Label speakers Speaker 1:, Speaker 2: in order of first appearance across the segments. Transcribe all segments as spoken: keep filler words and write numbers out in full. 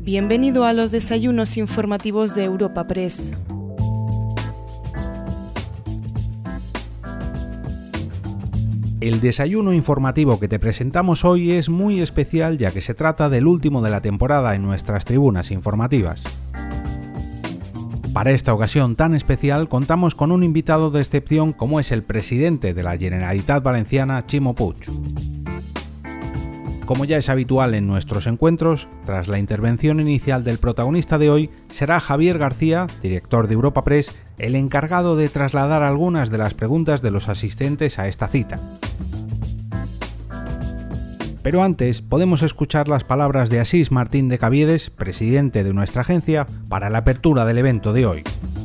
Speaker 1: Bienvenido a los desayunos informativos de Europa Press.
Speaker 2: El desayuno informativo que te presentamos hoy es muy especial ya que se trata del último de la temporada en nuestras tribunas informativas. Para esta ocasión tan especial contamos con un invitado de excepción como es el presidente de la Generalitat Valenciana, Ximo Puig. Como ya es habitual en nuestros encuentros, tras la intervención inicial del protagonista de hoy, será Javier García, director de Europa Press, el encargado de trasladar algunas de las preguntas de los asistentes a esta cita. Pero antes, podemos escuchar las palabras de Asís Martín de Caviedes, presidente de nuestra agencia, para la apertura del evento de hoy.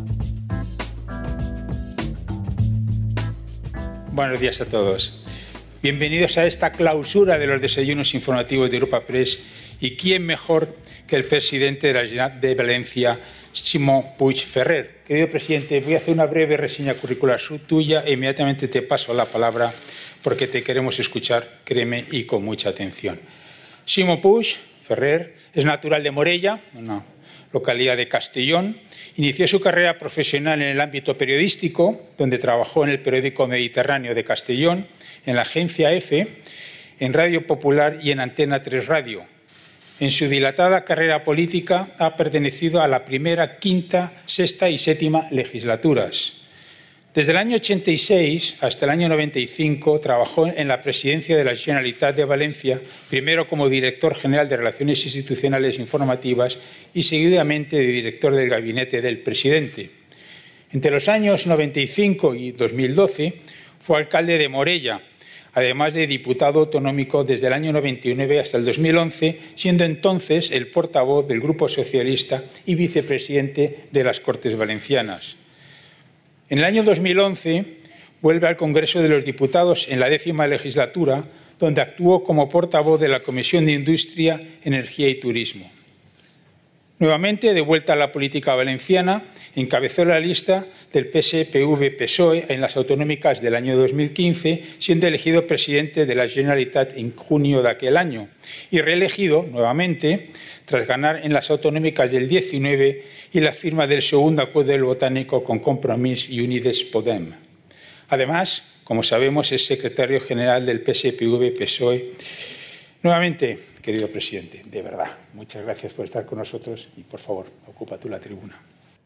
Speaker 3: Buenos días a todos. Bienvenidos a esta clausura de los desayunos informativos de Europa Press, y quién mejor que el presidente de la Generalitat de Valencia, Ximo Puig Ferrer. Querido presidente, voy a hacer una breve reseña curricular tuya e inmediatamente te paso la palabra porque te queremos escuchar, créeme, y con mucha atención. Ximo Puig Ferrer es natural de Morella, una localidad de Castellón. Inició su carrera profesional en el ámbito periodístico, donde trabajó en el periódico Mediterráneo de Castellón, en la agencia EFE, en Radio Popular y en Antena tres Radio. En su dilatada carrera política ha pertenecido a la primera, quinta, sexta y séptima legislaturas. Desde el año ochenta y seis hasta el año noventa y cinco trabajó en la presidencia de la Generalitat de Valencia, primero como director general de Relaciones Institucionales Informativas y seguidamente de director del gabinete del presidente. Entre los años noventa y cinco y dos mil doce fue alcalde de Morella, además de diputado autonómico desde el año noventa y nueve hasta el dos mil once, siendo entonces el portavoz del Grupo Socialista y vicepresidente de las Cortes Valencianas. En el año dos mil once vuelve al Congreso de los Diputados en la décima legislatura, donde actuó como portavoz de la Comisión de Industria, Energía y Turismo. Nuevamente, de vuelta a la política valenciana, encabezó la lista del P S P V P S O E en las autonómicas del año dos mil quince, siendo elegido presidente de la Generalitat en junio de aquel año y reelegido nuevamente tras ganar en las autonómicas del diecinueve y la firma del segundo acuerdo del Botánico con Compromís y Unides Podem. Además, como sabemos, es secretario general del P S P V P S O E. Nuevamente, querido presidente, de verdad, muchas gracias por estar con nosotros y, por favor, ocupa tú la tribuna.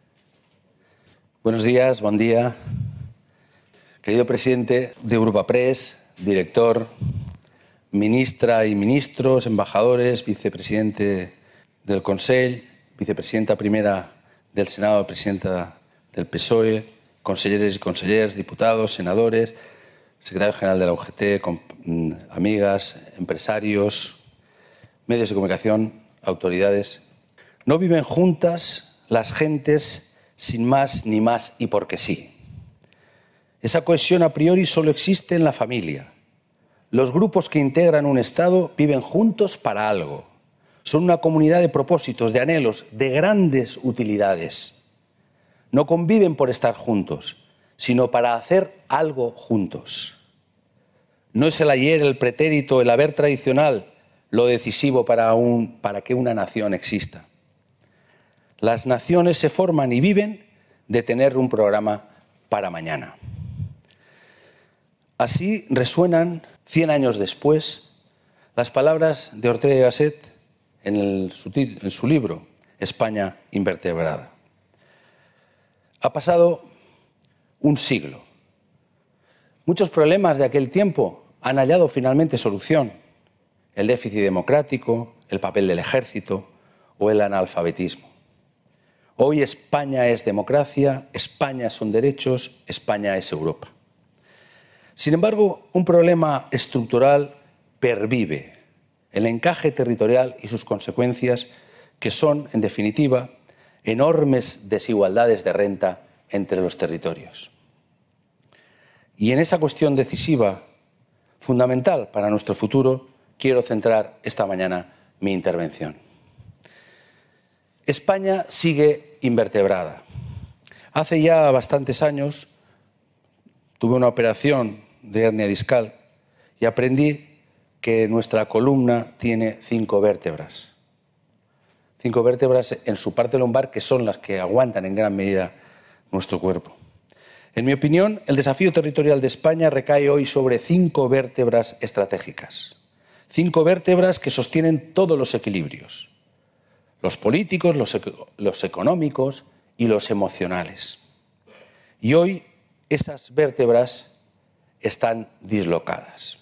Speaker 4: Buenos días, buen día. Querido presidente de Europa Press, director, ministra y ministros, embajadores, vicepresidente del Consell, vicepresidenta primera del Senado, presidenta del P S O E, conselleres y consellers, diputados, senadores, secretario general de la U G T, amigas, empresarios, medios de comunicación, autoridades. No viven juntas las gentes sin más ni más y porque sí. Esa cohesión a priori solo existe en la familia. Los grupos que integran un Estado viven juntos para algo. Son una comunidad de propósitos, de anhelos, de grandes utilidades. No conviven por estar juntos, sino para hacer algo juntos. No es el ayer, el pretérito, el haber tradicional lo decisivo para, un, para que una nación exista. Las naciones se forman y viven de tener un programa para mañana. Así resuenan, cien años después, las palabras de Ortega y Gasset en, el, su, en su libro España invertebrada. Ha pasado un siglo. Muchos problemas de aquel tiempo han hallado finalmente solución. El déficit democrático, el papel del ejército o el analfabetismo. Hoy España es democracia, España son derechos, España es Europa. Sin embargo, un problema estructural pervive, el encaje territorial y sus consecuencias, que son, en definitiva, enormes desigualdades de renta entre los territorios. Y en esa cuestión decisiva, fundamental para nuestro futuro, quiero centrar esta mañana mi intervención. España sigue invertebrada. Hace ya bastantes años tuve una operación de hernia discal y aprendí que nuestra columna tiene cinco vértebras. cinco vértebras en su parte lumbar que son las que aguantan en gran medida nuestro cuerpo. En mi opinión, el desafío territorial de España recae hoy sobre cinco vértebras estratégicas. Cinco vértebras que sostienen todos los equilibrios. Los políticos, los, los económicos y los emocionales. Y hoy esas vértebras están dislocadas.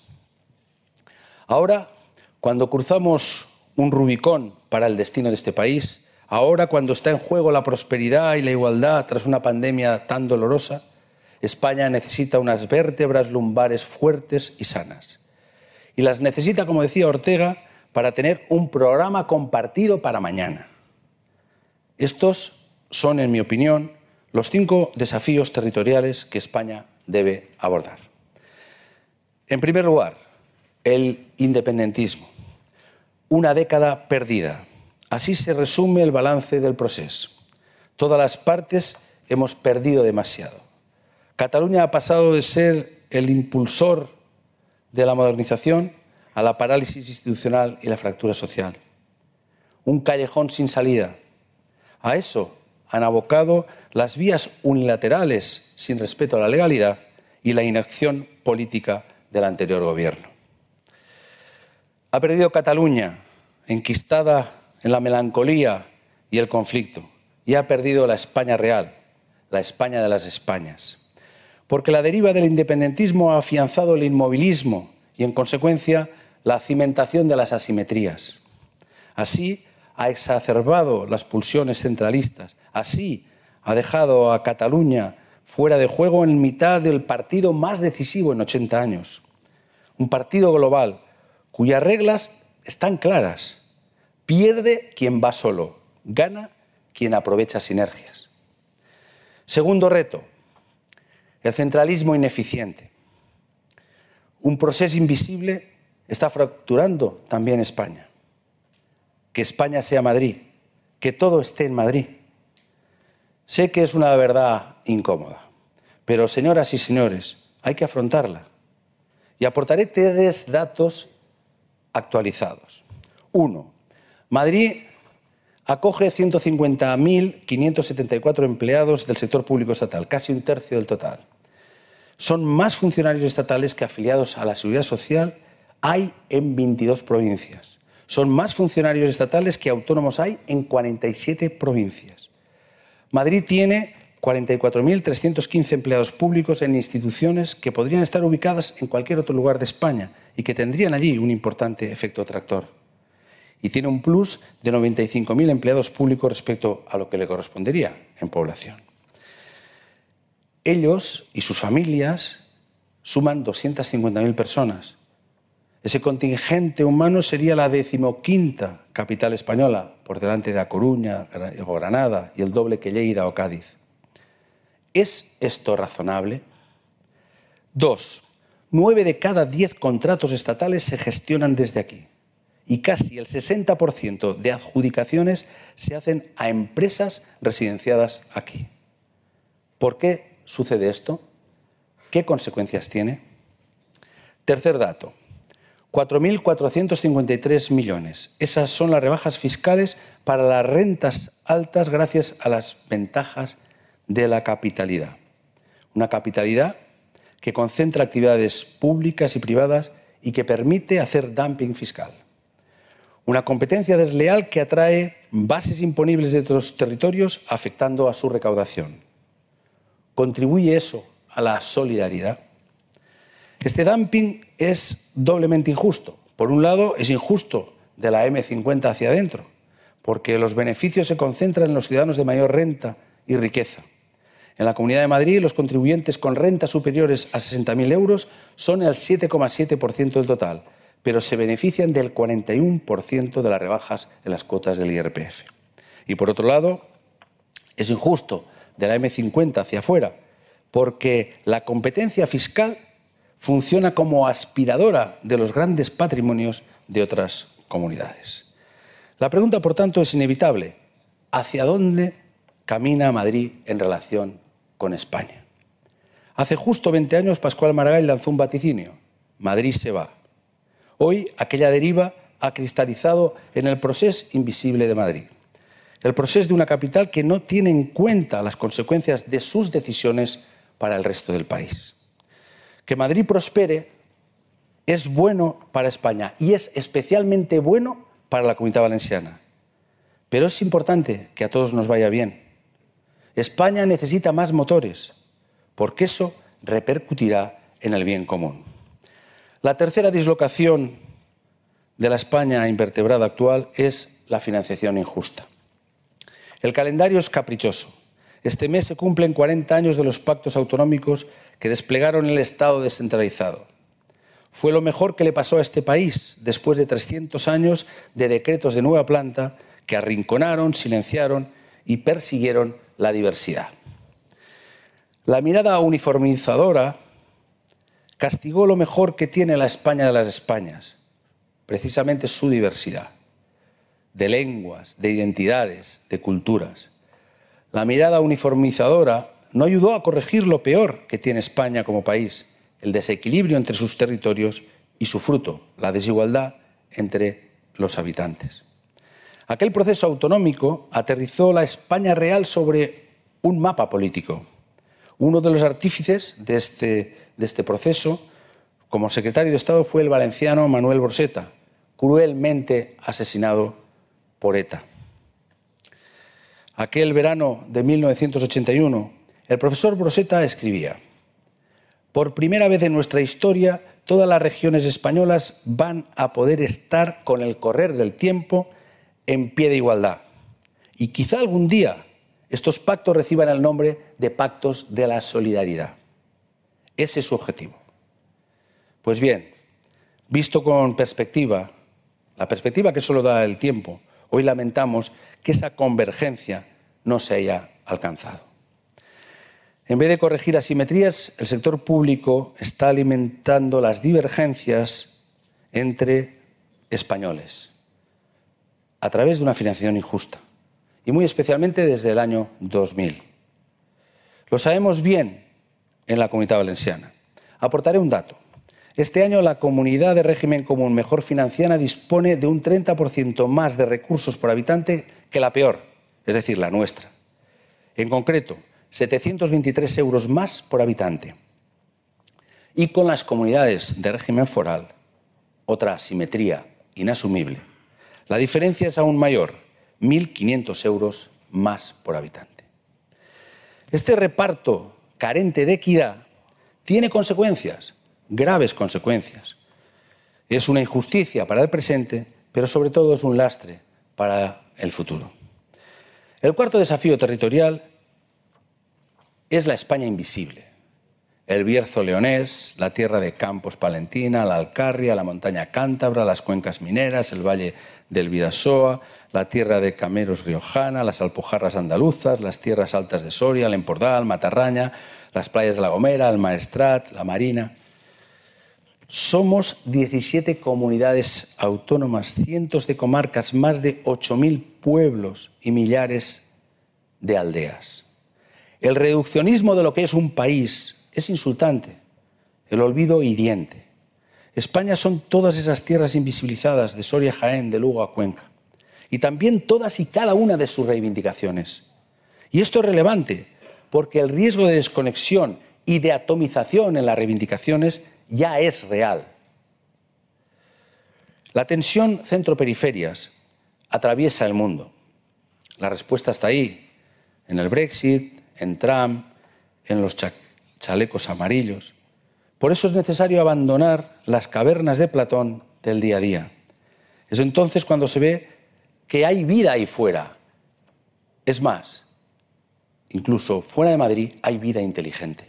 Speaker 4: Ahora, cuando cruzamos un Rubicón para el destino de este país, ahora cuando está en juego la prosperidad y la igualdad tras una pandemia tan dolorosa, España necesita unas vértebras lumbares fuertes y sanas. Y las necesita, como decía Ortega, para tener un programa compartido para mañana. Estos son, en mi opinión, los cinco desafíos territoriales que España debe abordar. En primer lugar, el independentismo. Una década perdida. Así se resume el balance del proceso. Todas las partes hemos perdido demasiado. Cataluña ha pasado de ser el impulsor de la modernización a la parálisis institucional y la fractura social. Un callejón sin salida. A eso han abocado las vías unilaterales sin respeto a la legalidad y la inacción política del anterior gobierno. Ha perdido Cataluña, enquistada en la melancolía y el conflicto, y ha perdido la España real, la España de las Españas. Porque la deriva del independentismo ha afianzado el inmovilismo y, en consecuencia, la cimentación de las asimetrías. Así, ha exacerbado las pulsiones centralistas. Así, ha dejado a Cataluña fuera de juego en mitad del partido más decisivo en ochenta años. Un partido global cuyas reglas están claras. Pierde quien va solo, gana quien aprovecha sinergias. Segundo reto, el centralismo ineficiente. Un proceso invisible está fracturando también España. Que España sea Madrid, que todo esté en Madrid. Sé que es una verdad incómoda, pero señoras y señores, hay que afrontarla. Y aportaré tres datos actualizados. Uno, Madrid acoge ciento cincuenta mil quinientos setenta y cuatro empleados del sector público estatal, casi un tercio del total. Son más funcionarios estatales que afiliados a la Seguridad Social hay en veintidós provincias. Son más funcionarios estatales que autónomos hay en cuarenta y siete provincias. Madrid tiene cuarenta y cuatro mil trescientos quince empleados públicos en instituciones que podrían estar ubicadas en cualquier otro lugar de España y que tendrían allí un importante efecto tractor. Y tiene un plus de noventa y cinco mil empleados públicos respecto a lo que le correspondería en población. Ellos y sus familias suman doscientas cincuenta mil personas. Ese contingente humano sería la decimoquinta capital española, por delante de A Coruña o Granada y el doble que Lleida o Cádiz. ¿Es esto razonable? Dos, nueve de cada diez contratos estatales se gestionan desde aquí y casi el sesenta por ciento de adjudicaciones se hacen a empresas residenciadas aquí. ¿Por qué sucede esto? ¿Qué consecuencias tiene? Tercer dato. cuatro mil cuatrocientos cincuenta y tres millones. Esas son las rebajas fiscales para las rentas altas gracias a las ventajas de la capitalidad. Una capitalidad que concentra actividades públicas y privadas y que permite hacer dumping fiscal. Una competencia desleal que atrae bases imponibles de otros territorios afectando a su recaudación. ¿Contribuye eso a la solidaridad? Este dumping es doblemente injusto. Por un lado, es injusto de la eme cincuenta hacia adentro, porque los beneficios se concentran en los ciudadanos de mayor renta y riqueza. En la Comunidad de Madrid, los contribuyentes con rentas superiores a sesenta mil euros son el siete coma siete por ciento del total, pero se benefician del cuarenta y uno por ciento de las rebajas en las cuotas del I R P F. Y por otro lado, es injusto de la eme cincuenta hacia afuera, porque la competencia fiscal funciona como aspiradora de los grandes patrimonios de otras comunidades. La pregunta, por tanto, es inevitable. ¿Hacia dónde camina Madrid en relación con España? Hace justo veinte años, Pascual Maragall lanzó un vaticinio. Madrid se va. Hoy, aquella deriva ha cristalizado en el proceso invisible de Madrid. el procés de una capital que no tiene en cuenta las consecuencias de sus decisiones para el resto del país. Que Madrid prospere es bueno para España y es especialmente bueno para la Comunidad Valenciana. Pero es importante que a todos nos vaya bien. España necesita más motores, porque eso repercutirá en el bien común. La tercera dislocación de la España invertebrada actual es la financiación injusta. El calendario es caprichoso. Este mes se cumplen cuarenta años de los pactos autonómicos que desplegaron el Estado descentralizado. Fue lo mejor que le pasó a este país después de trescientos años de decretos de nueva planta que arrinconaron, silenciaron y persiguieron la diversidad. La mirada uniformizadora castigó lo mejor que tiene la España de las Españas, precisamente su diversidad, de lenguas, de identidades, de culturas. La mirada uniformizadora no ayudó a corregir lo peor que tiene España como país, el desequilibrio entre sus territorios y su fruto, la desigualdad entre los habitantes. Aquel proceso autonómico aterrizó la España real sobre un mapa político. Uno de los artífices de este, de este proceso, como secretario de Estado, fue el valenciano Manuel Broseta, cruelmente asesinado por ETA. Aquel verano de mil novecientos ochenta y uno, el profesor Broseta escribía: por primera vez en nuestra historia, todas las regiones españolas van a poder estar con el correr del tiempo en pie de igualdad. Y quizá algún día estos pactos reciban el nombre de pactos de la solidaridad. Ese es su objetivo. Pues bien, visto con perspectiva, la perspectiva que solo da el tiempo, hoy lamentamos que esa convergencia no se haya alcanzado. En vez de corregir asimetrías, el sector público está alimentando las divergencias entre españoles a través de una financiación injusta, y muy especialmente desde el año dos mil. Lo sabemos bien en la Comunidad Valenciana. Aportaré un dato. Este año la comunidad de régimen común mejor financiada dispone de un treinta por ciento más de recursos por habitante que la peor, es decir, la nuestra. En concreto, setecientos veintitrés euros más por habitante. Y con las comunidades de régimen foral, otra asimetría inasumible, la diferencia es aún mayor, mil quinientos euros más por habitante. Este reparto carente de equidad tiene consecuencias, graves consecuencias. Es una injusticia para el presente, pero sobre todo es un lastre para el futuro. El cuarto desafío territorial es la España invisible. El Bierzo leonés, la tierra de Campos palentina, la Alcarria, la montaña cántabra, las cuencas mineras, el valle del Bidasoa, la tierra de Cameros riojana, las alpujarras andaluzas, las tierras altas de Soria, el Empordà, Matarraña, las playas de La Gomera, el Maestrat, la Marina. Somos diecisiete comunidades autónomas, cientos de comarcas, más de ocho mil pueblos y millares de aldeas. El reduccionismo de lo que es un país es insultante, el olvido hiriente. España son todas esas tierras invisibilizadas de Soria a Jaén, de Lugo a Cuenca, y también todas y cada una de sus reivindicaciones. Y esto es relevante porque el riesgo de desconexión y de atomización en las reivindicaciones ya es real. La tensión centro-periferias atraviesa el mundo. La respuesta está ahí, en el Brexit, en Trump, en los chalecos amarillos. Por eso es necesario abandonar las cavernas de Platón del día a día. Es entonces cuando se ve que hay vida ahí fuera. Es más, incluso fuera de Madrid hay vida inteligente.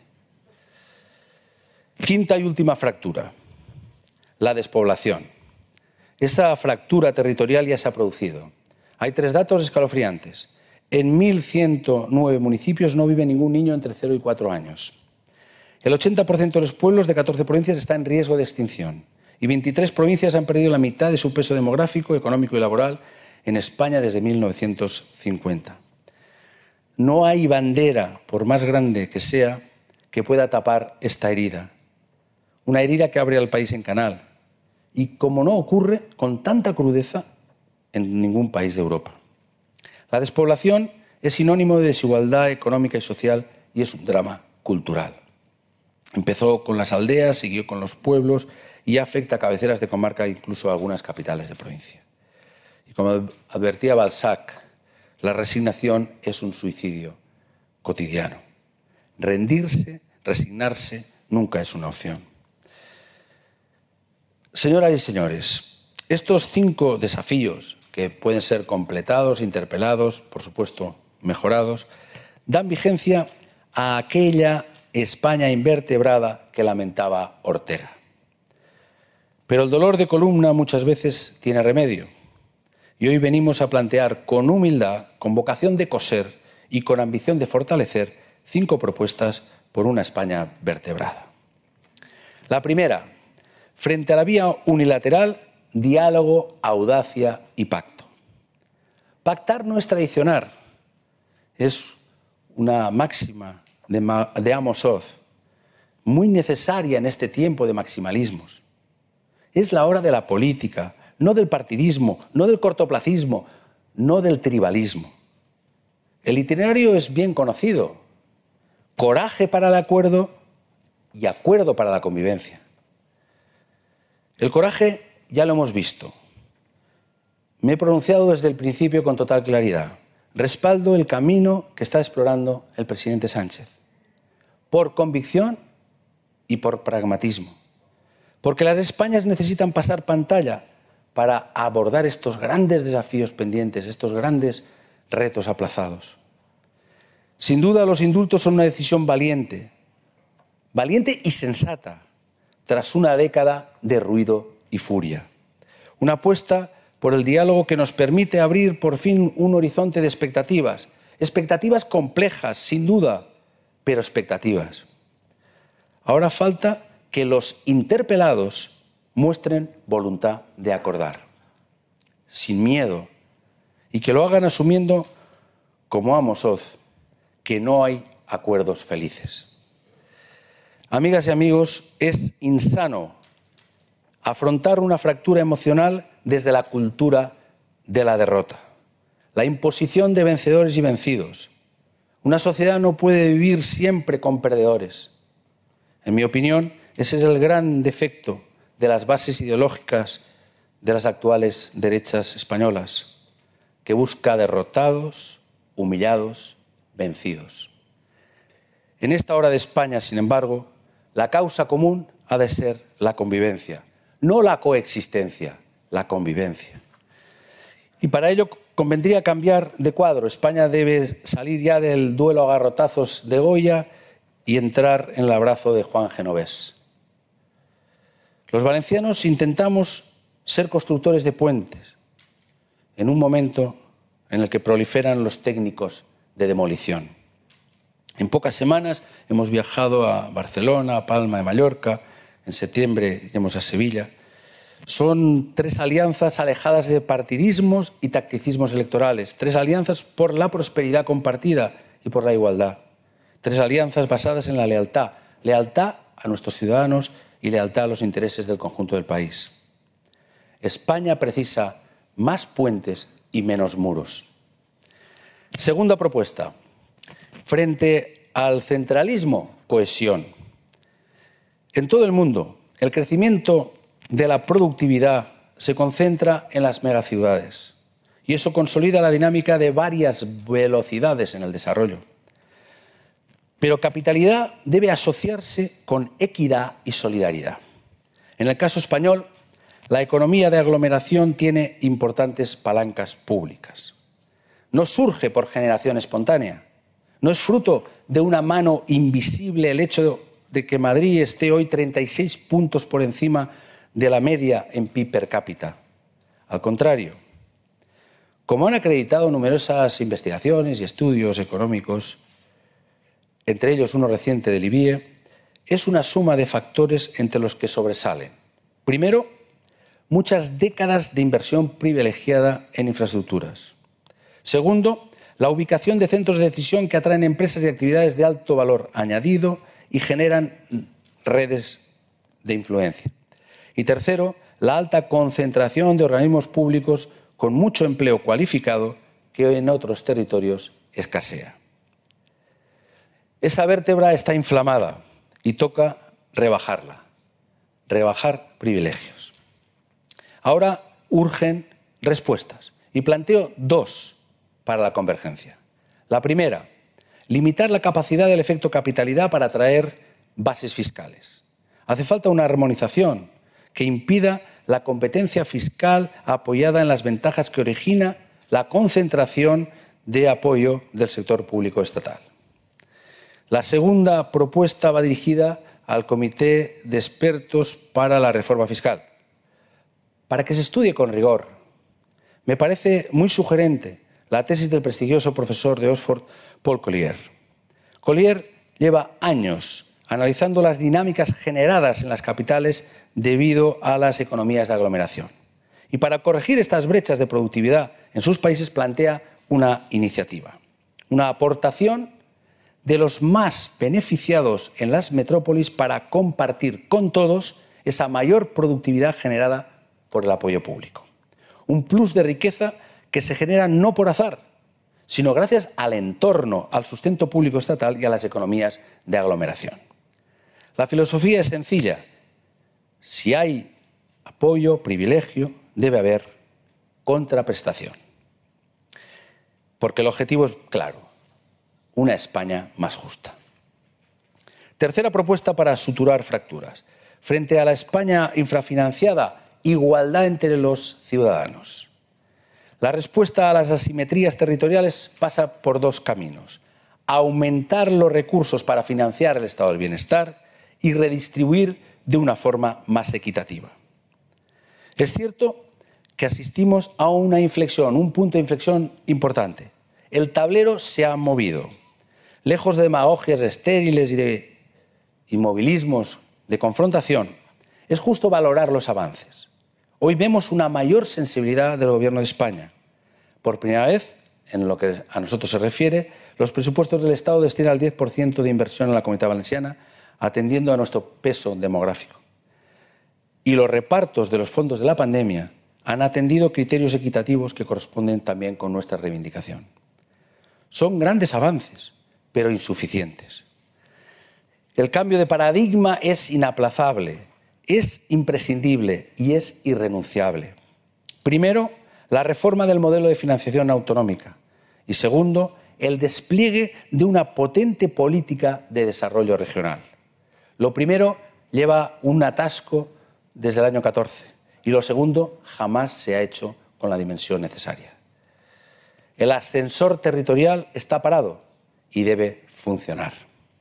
Speaker 4: Quinta y última fractura, la despoblación. Esta fractura territorial ya se ha producido. Hay tres datos escalofriantes. En mil ciento nueve municipios no vive ningún niño entre cero y cuatro años. El ochenta por ciento de los pueblos de catorce provincias está en riesgo de extinción y veintitrés provincias han perdido la mitad de su peso demográfico, económico y laboral en España desde mil novecientos cincuenta. No hay bandera, por más grande que sea, que pueda tapar esta herida. Una herida que abre al país en canal y, como no ocurre con tanta crudeza en ningún país de Europa. La despoblación es sinónimo de desigualdad económica y social y es un drama cultural. Empezó con las aldeas, siguió con los pueblos y afecta a cabeceras de comarca e incluso a algunas capitales de provincia. Y como advertía Balzac, la resignación es un suicidio cotidiano. Rendirse, resignarse, nunca es una opción. Señoras y señores, estos cinco desafíos, que pueden ser completados, interpelados, por supuesto mejorados, dan vigencia a aquella España invertebrada que lamentaba Ortega. Pero el dolor de columna muchas veces tiene remedio. Y hoy venimos a plantear con humildad, con vocación de coser y con ambición de fortalecer cinco propuestas por una España vertebrada. La primera, frente a la vía unilateral, diálogo, audacia y pacto. Pactar no es traicionar, es una máxima de, de Amos Oz, muy necesaria en este tiempo de maximalismos. Es la hora de la política, no del partidismo, no del cortoplacismo, no del tribalismo. El itinerario es bien conocido. Coraje para el acuerdo y acuerdo para la convivencia. El coraje ya lo hemos visto. Me he pronunciado desde el principio con total claridad. Respaldo el camino que está explorando el presidente Sánchez, por convicción y por pragmatismo. Porque las Españas necesitan pasar pantalla para abordar estos grandes desafíos pendientes, estos grandes retos aplazados. Sin duda, los indultos son una decisión valiente, valiente y sensata, tras una década de ruido y furia. Una apuesta por el diálogo que nos permite abrir por fin un horizonte de expectativas, expectativas complejas, sin duda, pero expectativas. Ahora falta que los interpelados muestren voluntad de acordar, sin miedo, y que lo hagan asumiendo, como Amos Oz, que no hay acuerdos felices. Amigas y amigos, es insano afrontar una fractura emocional desde la cultura de la derrota, la imposición de vencedores y vencidos. Una sociedad no puede vivir siempre con perdedores. En mi opinión, ese es el gran defecto de las bases ideológicas de las actuales derechas españolas, que busca derrotados, humillados, vencidos. En esta hora de España, sin embargo, la causa común ha de ser la convivencia, no la coexistencia, la convivencia. Y para ello convendría cambiar de cuadro. España debe salir ya del duelo a garrotazos de Goya y entrar en el abrazo de Juan Genovés. Los valencianos intentamos ser constructores de puentes en un momento en el que proliferan los técnicos de demolición. En pocas semanas hemos viajado a Barcelona, a Palma de Mallorca, en septiembre iremos a Sevilla. Son tres alianzas alejadas de partidismos y tacticismos electorales, tres alianzas por la prosperidad compartida y por la igualdad, tres alianzas basadas en la lealtad, lealtad a nuestros ciudadanos y lealtad a los intereses del conjunto del país. España precisa más puentes y menos muros. Segunda propuesta. Frente al centralismo, cohesión. En todo el mundo, el crecimiento de la productividad se concentra en las megaciudades y eso consolida la dinámica de varias velocidades en el desarrollo. Pero capitalidad debe asociarse con equidad y solidaridad. En el caso español, la economía de aglomeración tiene importantes palancas públicas. No surge por generación espontánea. No es fruto de una mano invisible el hecho de que Madrid esté hoy treinta y seis puntos por encima de la media en P I B per cápita. Al contrario, como han acreditado numerosas investigaciones y estudios económicos, entre ellos uno reciente del I B I E, es una suma de factores entre los que sobresalen. Primero, muchas décadas de inversión privilegiada en infraestructuras. Segundo, la ubicación de centros de decisión que atraen empresas y actividades de alto valor añadido y generan redes de influencia. Y tercero, la alta concentración de organismos públicos con mucho empleo cualificado que en otros territorios escasea. Esa vértebra está inflamada y toca rebajarla, rebajar privilegios. Ahora urgen respuestas y planteo dos para la convergencia. La primera, limitar la capacidad del efecto capitalidad para atraer bases fiscales. Hace falta una armonización que impida la competencia fiscal apoyada en las ventajas que origina la concentración de apoyo del sector público estatal. La segunda propuesta va dirigida al Comité de Expertos para la Reforma Fiscal, para que se estudie con rigor. Me parece muy sugerente la tesis del prestigioso profesor de Oxford, Paul Collier. Collier lleva años analizando las dinámicas generadas en las capitales debido a las economías de aglomeración. Y para corregir estas brechas de productividad en sus países plantea una iniciativa, una aportación de los más beneficiados en las metrópolis para compartir con todos esa mayor productividad generada por el apoyo público. Un plus de riqueza que se genera no por azar, sino gracias al entorno, al sustento público estatal y a las economías de aglomeración. La filosofía es sencilla. Si hay apoyo, privilegio, debe haber contraprestación. Porque el objetivo es claro, una España más justa. Tercera propuesta para suturar fracturas. Frente a la España infrafinanciada, igualdad entre los ciudadanos. La respuesta a las asimetrías territoriales pasa por dos caminos. Aumentar los recursos para financiar el estado del bienestar y redistribuir de una forma más equitativa. Es cierto que asistimos a una inflexión, un punto de inflexión importante. El tablero se ha movido. Lejos de demagogias estériles y de inmovilismos de confrontación, es justo valorar los avances. Hoy vemos una mayor sensibilidad del Gobierno de España. Por primera vez, en lo que a nosotros se refiere, los presupuestos del Estado destinan el diez por ciento de inversión en la Comunidad Valenciana, atendiendo a nuestro peso demográfico. Y los repartos de los fondos de la pandemia han atendido criterios equitativos que corresponden también con nuestra reivindicación. Son grandes avances, pero insuficientes. El cambio de paradigma es inaplazable, es imprescindible y es irrenunciable. Primero, la reforma del modelo de financiación autonómica y segundo, el despliegue de una potente política de desarrollo regional. Lo primero lleva un atasco desde el año catorce y lo segundo jamás se ha hecho con la dimensión necesaria. El ascensor territorial está parado y debe funcionar.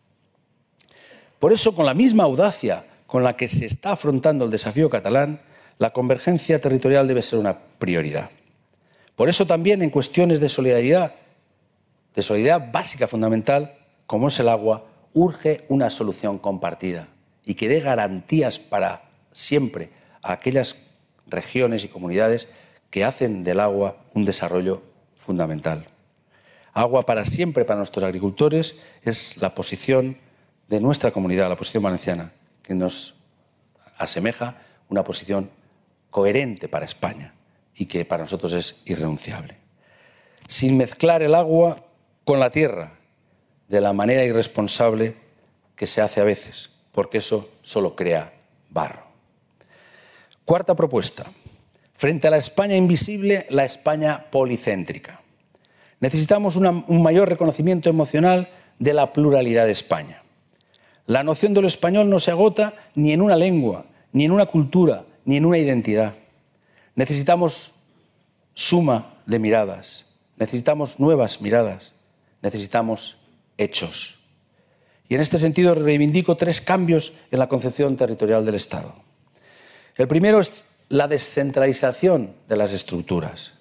Speaker 4: Por eso, con la misma audacia con la que se está afrontando el desafío catalán, la convergencia territorial debe ser una prioridad. Por eso también en cuestiones de solidaridad, de solidaridad básica fundamental, como es el agua, urge una solución compartida y que dé garantías para siempre a aquellas regiones y comunidades que hacen del agua un desarrollo fundamental. Agua para siempre para nuestros agricultores es la posición de nuestra comunidad, la posición valenciana, que nos asemeja una posición coherente para España y que para nosotros es irrenunciable. Sin mezclar el agua con la tierra de la manera irresponsable que se hace a veces, porque eso solo crea barro. Cuarta propuesta. Frente a la España invisible, la España policéntrica. Necesitamos una, un mayor reconocimiento emocional de la pluralidad de España. La noción de lo español no se agota ni en una lengua, ni en una cultura, ni en una identidad. Necesitamos suma de miradas, necesitamos nuevas miradas, necesitamos hechos. Y en este sentido reivindico tres cambios en la concepción territorial del Estado. El primero es la descentralización de las estructuras.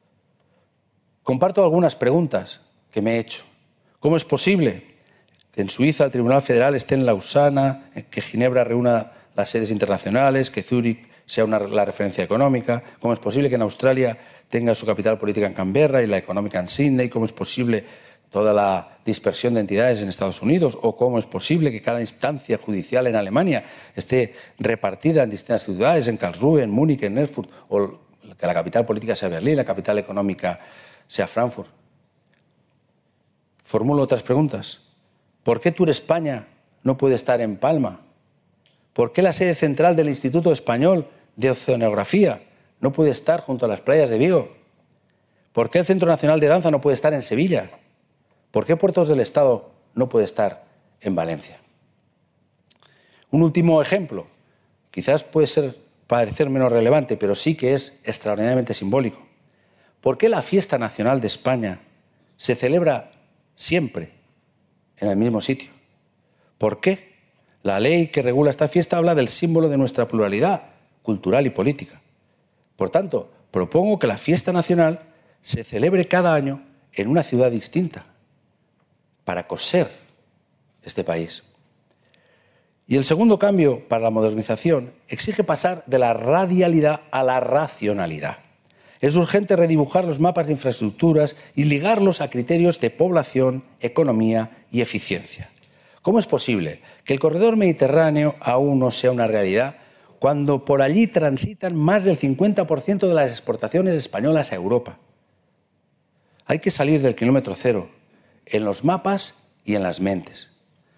Speaker 4: Comparto algunas preguntas que me he hecho. ¿Cómo es posible que en Suiza el Tribunal Federal esté en Lausana, que Ginebra reúna las sedes internacionales, que Zúrich sea una, la referencia económica? ¿Cómo es posible que en Australia tenga su capital política en Canberra y la económica en Sydney? ¿Cómo es posible toda la dispersión de entidades en Estados Unidos? ¿O cómo es posible que cada instancia judicial en Alemania esté repartida en distintas ciudades, en Karlsruhe, en Múnich, en Erfurt, o que la capital política sea Berlín, la capital económica sea Frankfurt. Formulo otras preguntas. ¿Por qué Tour España no puede estar en Palma? ¿Por qué la sede central del Instituto Español de Oceanografía no puede estar junto a las playas de Vigo? ¿Por qué el Centro Nacional de Danza no puede estar en Sevilla? ¿Por qué Puertos del Estado no puede estar en Valencia? Un último ejemplo, quizás puede ser, parecer menos relevante, pero sí que es extraordinariamente simbólico. ¿Por qué la fiesta nacional de España se celebra siempre en el mismo sitio? ¿Por qué? La ley que regula esta fiesta habla del símbolo de nuestra pluralidad cultural y política. Por tanto, propongo que la fiesta nacional se celebre cada año en una ciudad distinta para coser este país. Y el segundo cambio para la modernización exige pasar de la radialidad a la racionalidad. Es urgente redibujar los mapas de infraestructuras y ligarlos a criterios de población, economía y eficiencia. ¿Cómo es posible que el corredor mediterráneo aún no sea una realidad cuando por allí transitan más del cincuenta por ciento de las exportaciones españolas a Europa? Hay que salir del kilómetro cero, en los mapas y en las mentes.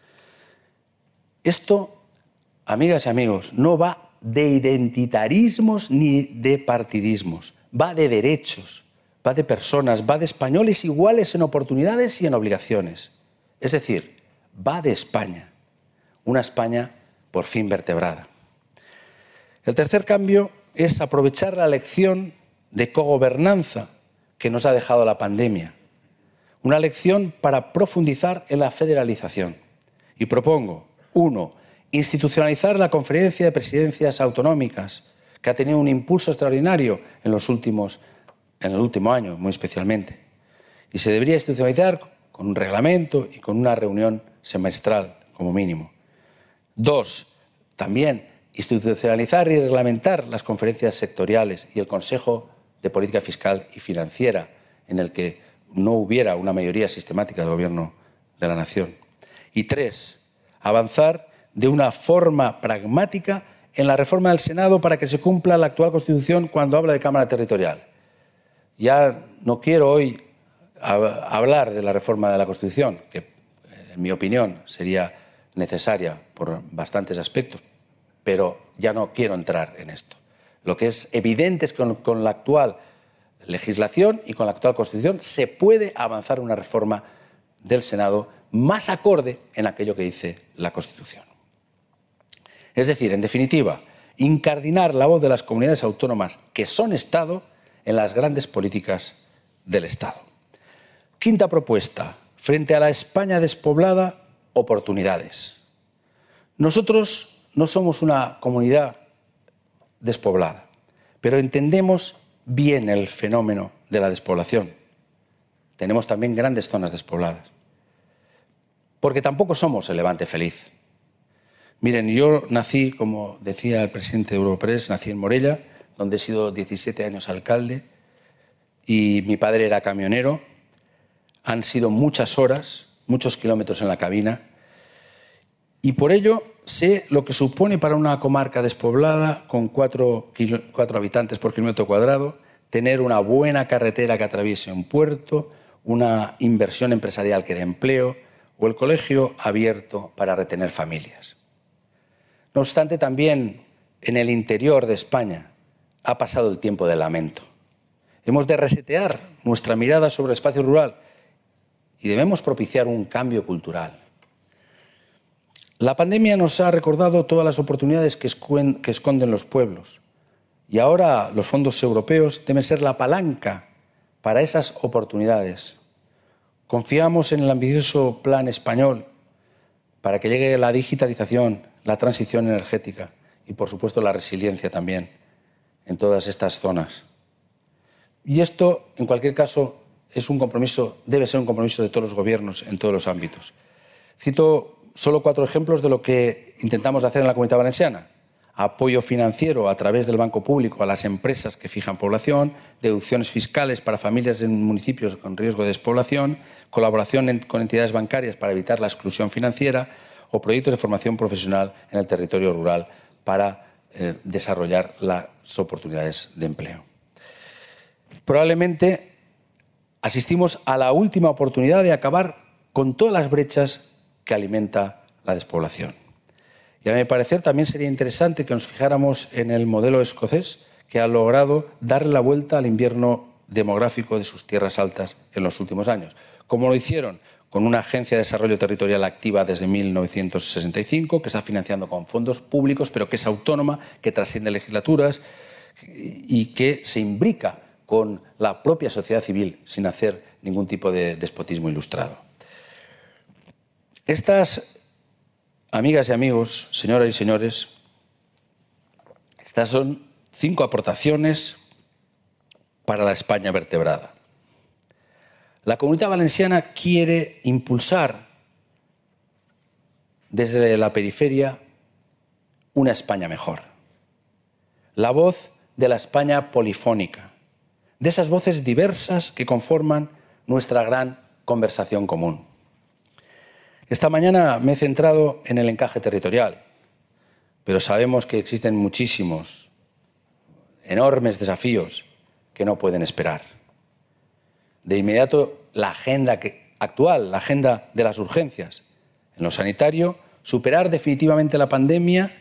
Speaker 4: Esto, amigas y amigos, no va de identitarismos ni de partidismos, va de derechos, va de personas, va de españoles iguales en oportunidades y en obligaciones. Es decir, va de España, una España por fin vertebrada. El tercer cambio es aprovechar la lección de cogobernanza que nos ha dejado la pandemia. Una lección para profundizar en la federalización. Y propongo, uno, institucionalizar la Conferencia de Presidencias Autonómicas, que ha tenido un impulso extraordinario en, los últimos, en el último año, muy especialmente. Y se debería institucionalizar con un reglamento y con una reunión semestral, como mínimo. Dos, también institucionalizar y reglamentar las conferencias sectoriales y el Consejo de Política Fiscal y Financiera, en el que no hubiera una mayoría sistemática del Gobierno de la Nación. Y tres, avanzar de una forma pragmática en la reforma del Senado para que se cumpla la actual Constitución cuando habla de Cámara Territorial. Ya no quiero hoy hablar de la reforma de la Constitución, que en mi opinión sería necesaria por bastantes aspectos, pero ya no quiero entrar en esto. Lo que es evidente es que con, con la actual legislación y con la actual Constitución se puede avanzar una reforma del Senado más acorde en aquello que dice la Constitución. Es decir, en definitiva, incardinar la voz de las comunidades autónomas que son Estado en las grandes políticas del Estado. Quinta propuesta, frente a la España despoblada, oportunidades. Nosotros no somos una comunidad despoblada, pero entendemos bien el fenómeno de la despoblación. Tenemos también grandes zonas despobladas, porque tampoco somos el Levante feliz. Miren, yo nací, como decía el presidente de Europress, nací en Morella, donde he sido diecisiete años alcalde, y mi padre era camionero. Han sido muchas horas, muchos kilómetros en la cabina, y por ello sé lo que supone para una comarca despoblada con cuatro, cuatro habitantes por kilómetro cuadrado tener una buena carretera que atraviese un puerto, una inversión empresarial que dé empleo o el colegio abierto para retener familias. No obstante, también en el interior de España ha pasado el tiempo del lamento. Hemos de resetear nuestra mirada sobre el espacio rural y debemos propiciar un cambio cultural. La pandemia nos ha recordado todas las oportunidades que esconden los pueblos y ahora los fondos europeos deben ser la palanca para esas oportunidades. Confiamos en el ambicioso plan español para que llegue la digitalización, la transición energética y, por supuesto, la resiliencia también en todas estas zonas. Y esto, en cualquier caso, es un compromiso, debe ser un compromiso de todos los gobiernos en todos los ámbitos. Cito solo cuatro ejemplos de lo que intentamos hacer en la Comunidad Valenciana. Apoyo financiero a través del Banco Público a las empresas que fijan población, deducciones fiscales para familias en municipios con riesgo de despoblación, colaboración en, con entidades bancarias para evitar la exclusión financiera o proyectos de formación profesional en el territorio rural para eh, desarrollar las oportunidades de empleo. Probablemente asistimos a la última oportunidad de acabar con todas las brechas que alimenta la despoblación. Y a mi parecer también sería interesante que nos fijáramos en el modelo escocés, que ha logrado darle la vuelta al invierno demográfico de sus tierras altas en los últimos años, como lo hicieron con una agencia de desarrollo territorial activa desde mil novecientos sesenta y cinco, que está financiando con fondos públicos, pero que es autónoma, que trasciende legislaturas y que se imbrica con la propia sociedad civil sin hacer ningún tipo de despotismo ilustrado. Estas, amigas y amigos, señoras y señores, estas son cinco aportaciones para la España vertebrada. La Comunidad Valenciana quiere impulsar desde la periferia una España mejor. La voz de la España polifónica, de esas voces diversas que conforman nuestra gran conversación común. Esta mañana me he centrado en el encaje territorial, pero sabemos que existen muchísimos, enormes desafíos que no pueden esperar. De inmediato, la agenda que, actual, la agenda de las urgencias. En lo sanitario, superar definitivamente la pandemia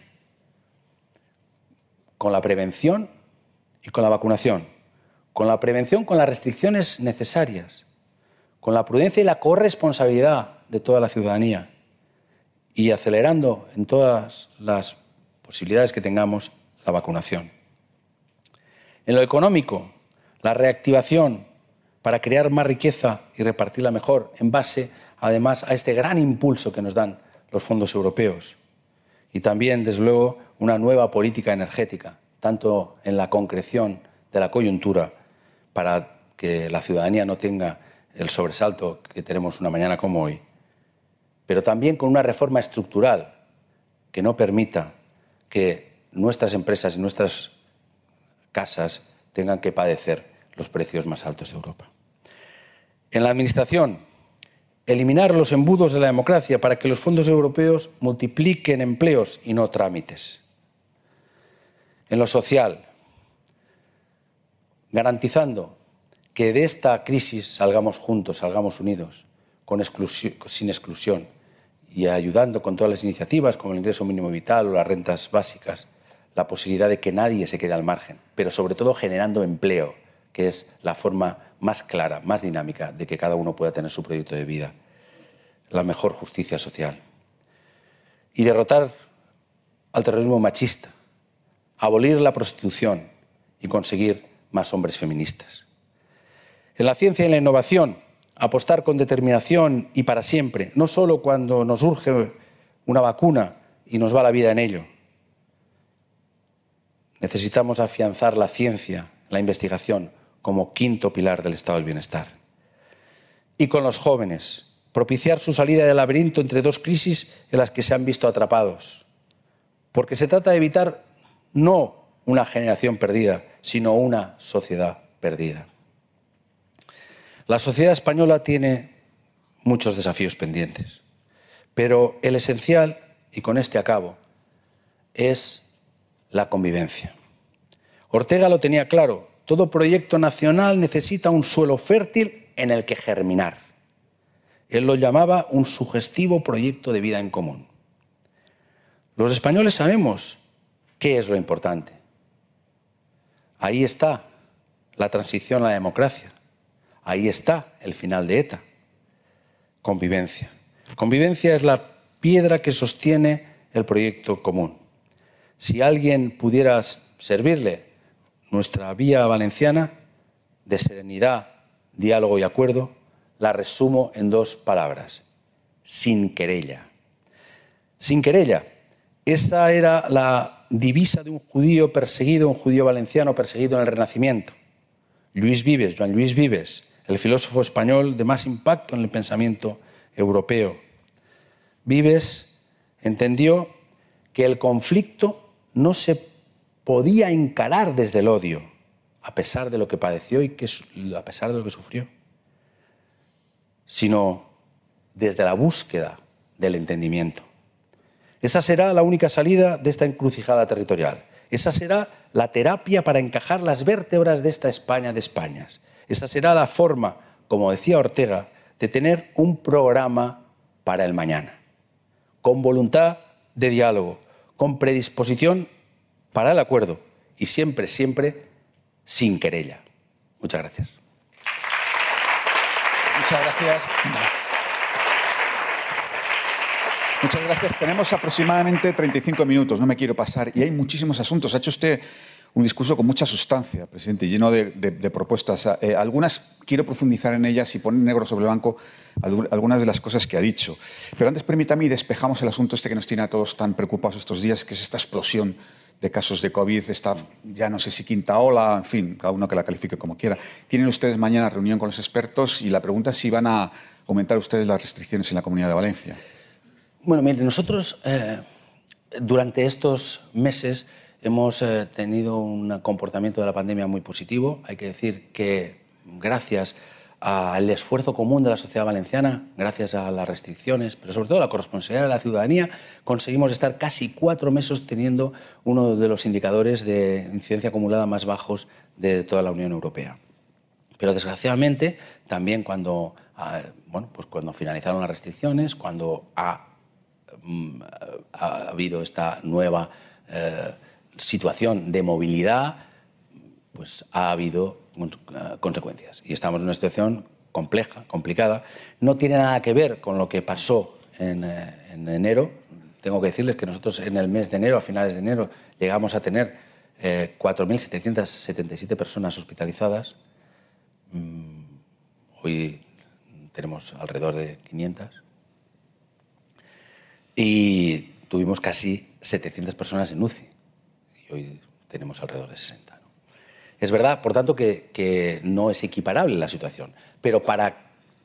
Speaker 4: con la prevención y con la vacunación. Con la prevención, con las restricciones necesarias, con la prudencia y la corresponsabilidad de toda la ciudadanía y acelerando en todas las posibilidades que tengamos la vacunación. En lo económico, la reactivación para crear más riqueza y repartirla mejor en base, además, a este gran impulso que nos dan los fondos europeos. Y también, desde luego, una nueva política energética, tanto en la concreción de la coyuntura, para que la ciudadanía no tenga el sobresalto que tenemos una mañana como hoy, pero también con una reforma estructural que no permita que nuestras empresas y nuestras casas tengan que padecer los precios más altos de Europa. En la Administración, eliminar los embudos de la democracia para que los fondos europeos multipliquen empleos y no trámites. En lo social, garantizando que de esta crisis salgamos juntos, salgamos unidos, con exclusión, sin exclusión, y ayudando con todas las iniciativas como el ingreso mínimo vital o las rentas básicas, la posibilidad de que nadie se quede al margen, pero sobre todo generando empleo, que es la forma más clara, más dinámica de que cada uno pueda tener su proyecto de vida, la mejor justicia social. Y derrotar al terrorismo machista, abolir la prostitución y conseguir más hombres feministas. En la ciencia y en la innovación, apostar con determinación y para siempre, no solo cuando nos urge una vacuna y nos va la vida en ello. Necesitamos afianzar la ciencia, la investigación, como quinto pilar del estado del bienestar. Y con los jóvenes, propiciar su salida del laberinto entre dos crisis en las que se han visto atrapados. Porque se trata de evitar no una generación perdida, sino una sociedad perdida. La sociedad española tiene muchos desafíos pendientes, pero el esencial, y con este acabo, es la convivencia. Ortega lo tenía claro, todo proyecto nacional necesita un suelo fértil en el que germinar. Él lo llamaba un sugestivo proyecto de vida en común. Los españoles sabemos qué es lo importante. Ahí está la transición a la democracia. Ahí está el final de ETA. Convivencia. Convivencia es la piedra que sostiene el proyecto común. Si alguien pudiera servirle nuestra vía valenciana de serenidad, diálogo y acuerdo, la resumo en dos palabras: sin querella. Sin querella. Esa era la divisa de un judío perseguido, un judío valenciano perseguido en el Renacimiento. Lluís Vives, Joan Lluís Vives, el filósofo español de más impacto en el pensamiento europeo. Vives entendió que el conflicto no se podía encarar desde el odio, a pesar de lo que padeció y que, a pesar de lo que sufrió, sino desde la búsqueda del entendimiento. Esa será la única salida de esta encrucijada territorial. Esa será la terapia para encajar las vértebras de esta España de Españas. Esa será la forma como decía Ortega, de tener un programa para el mañana, con voluntad de diálogo, con predisposición para el acuerdo y siempre, siempre sin querella. Muchas gracias.
Speaker 5: Muchas gracias. Muchas gracias. Tenemos aproximadamente treinta y cinco minutos, no me quiero pasar, y hay muchísimos asuntos. Ha hecho usted un discurso con mucha sustancia, presidente, lleno de, de, de propuestas. Eh, algunas quiero profundizar en ellas y poner negro sobre blanco algunas de las cosas que ha dicho. Pero antes permítame y despejamos el asunto este que nos tiene a todos tan preocupados estos días, que es esta explosión de casos de COVID, esta ya no sé si quinta ola, en fin, cada uno que la califique como quiera. Tienen ustedes mañana reunión con los expertos y la pregunta es si van a aumentar ustedes las restricciones en la Comunidad de Valencia.
Speaker 4: Bueno, mire, nosotros eh, durante estos meses hemos eh, tenido un comportamiento de la pandemia muy positivo. Hay que decir que gracias al esfuerzo común de la sociedad valenciana, gracias a las restricciones, pero sobre todo a la corresponsabilidad de la ciudadanía, conseguimos estar casi cuatro meses teniendo uno de los indicadores de incidencia acumulada más bajos de toda la Unión Europea. Pero desgraciadamente, también cuando, eh, bueno, pues cuando finalizaron las restricciones, cuando ha, ha habido esta nueva eh, situación de movilidad, pues ha habido consecuencias. Y estamos en una situación compleja, complicada. No tiene nada que ver con lo que pasó en, en enero. Tengo que decirles que nosotros en el mes de enero, a finales de enero, llegamos a tener eh, cuatro mil setecientas setenta y siete personas hospitalizadas. Mm, hoy tenemos alrededor de quinientas. Y tuvimos casi setecientas personas en U C I. Y hoy tenemos alrededor de sesenta. ¿no? Es verdad, por tanto, que, que no es equiparable la situación. Pero para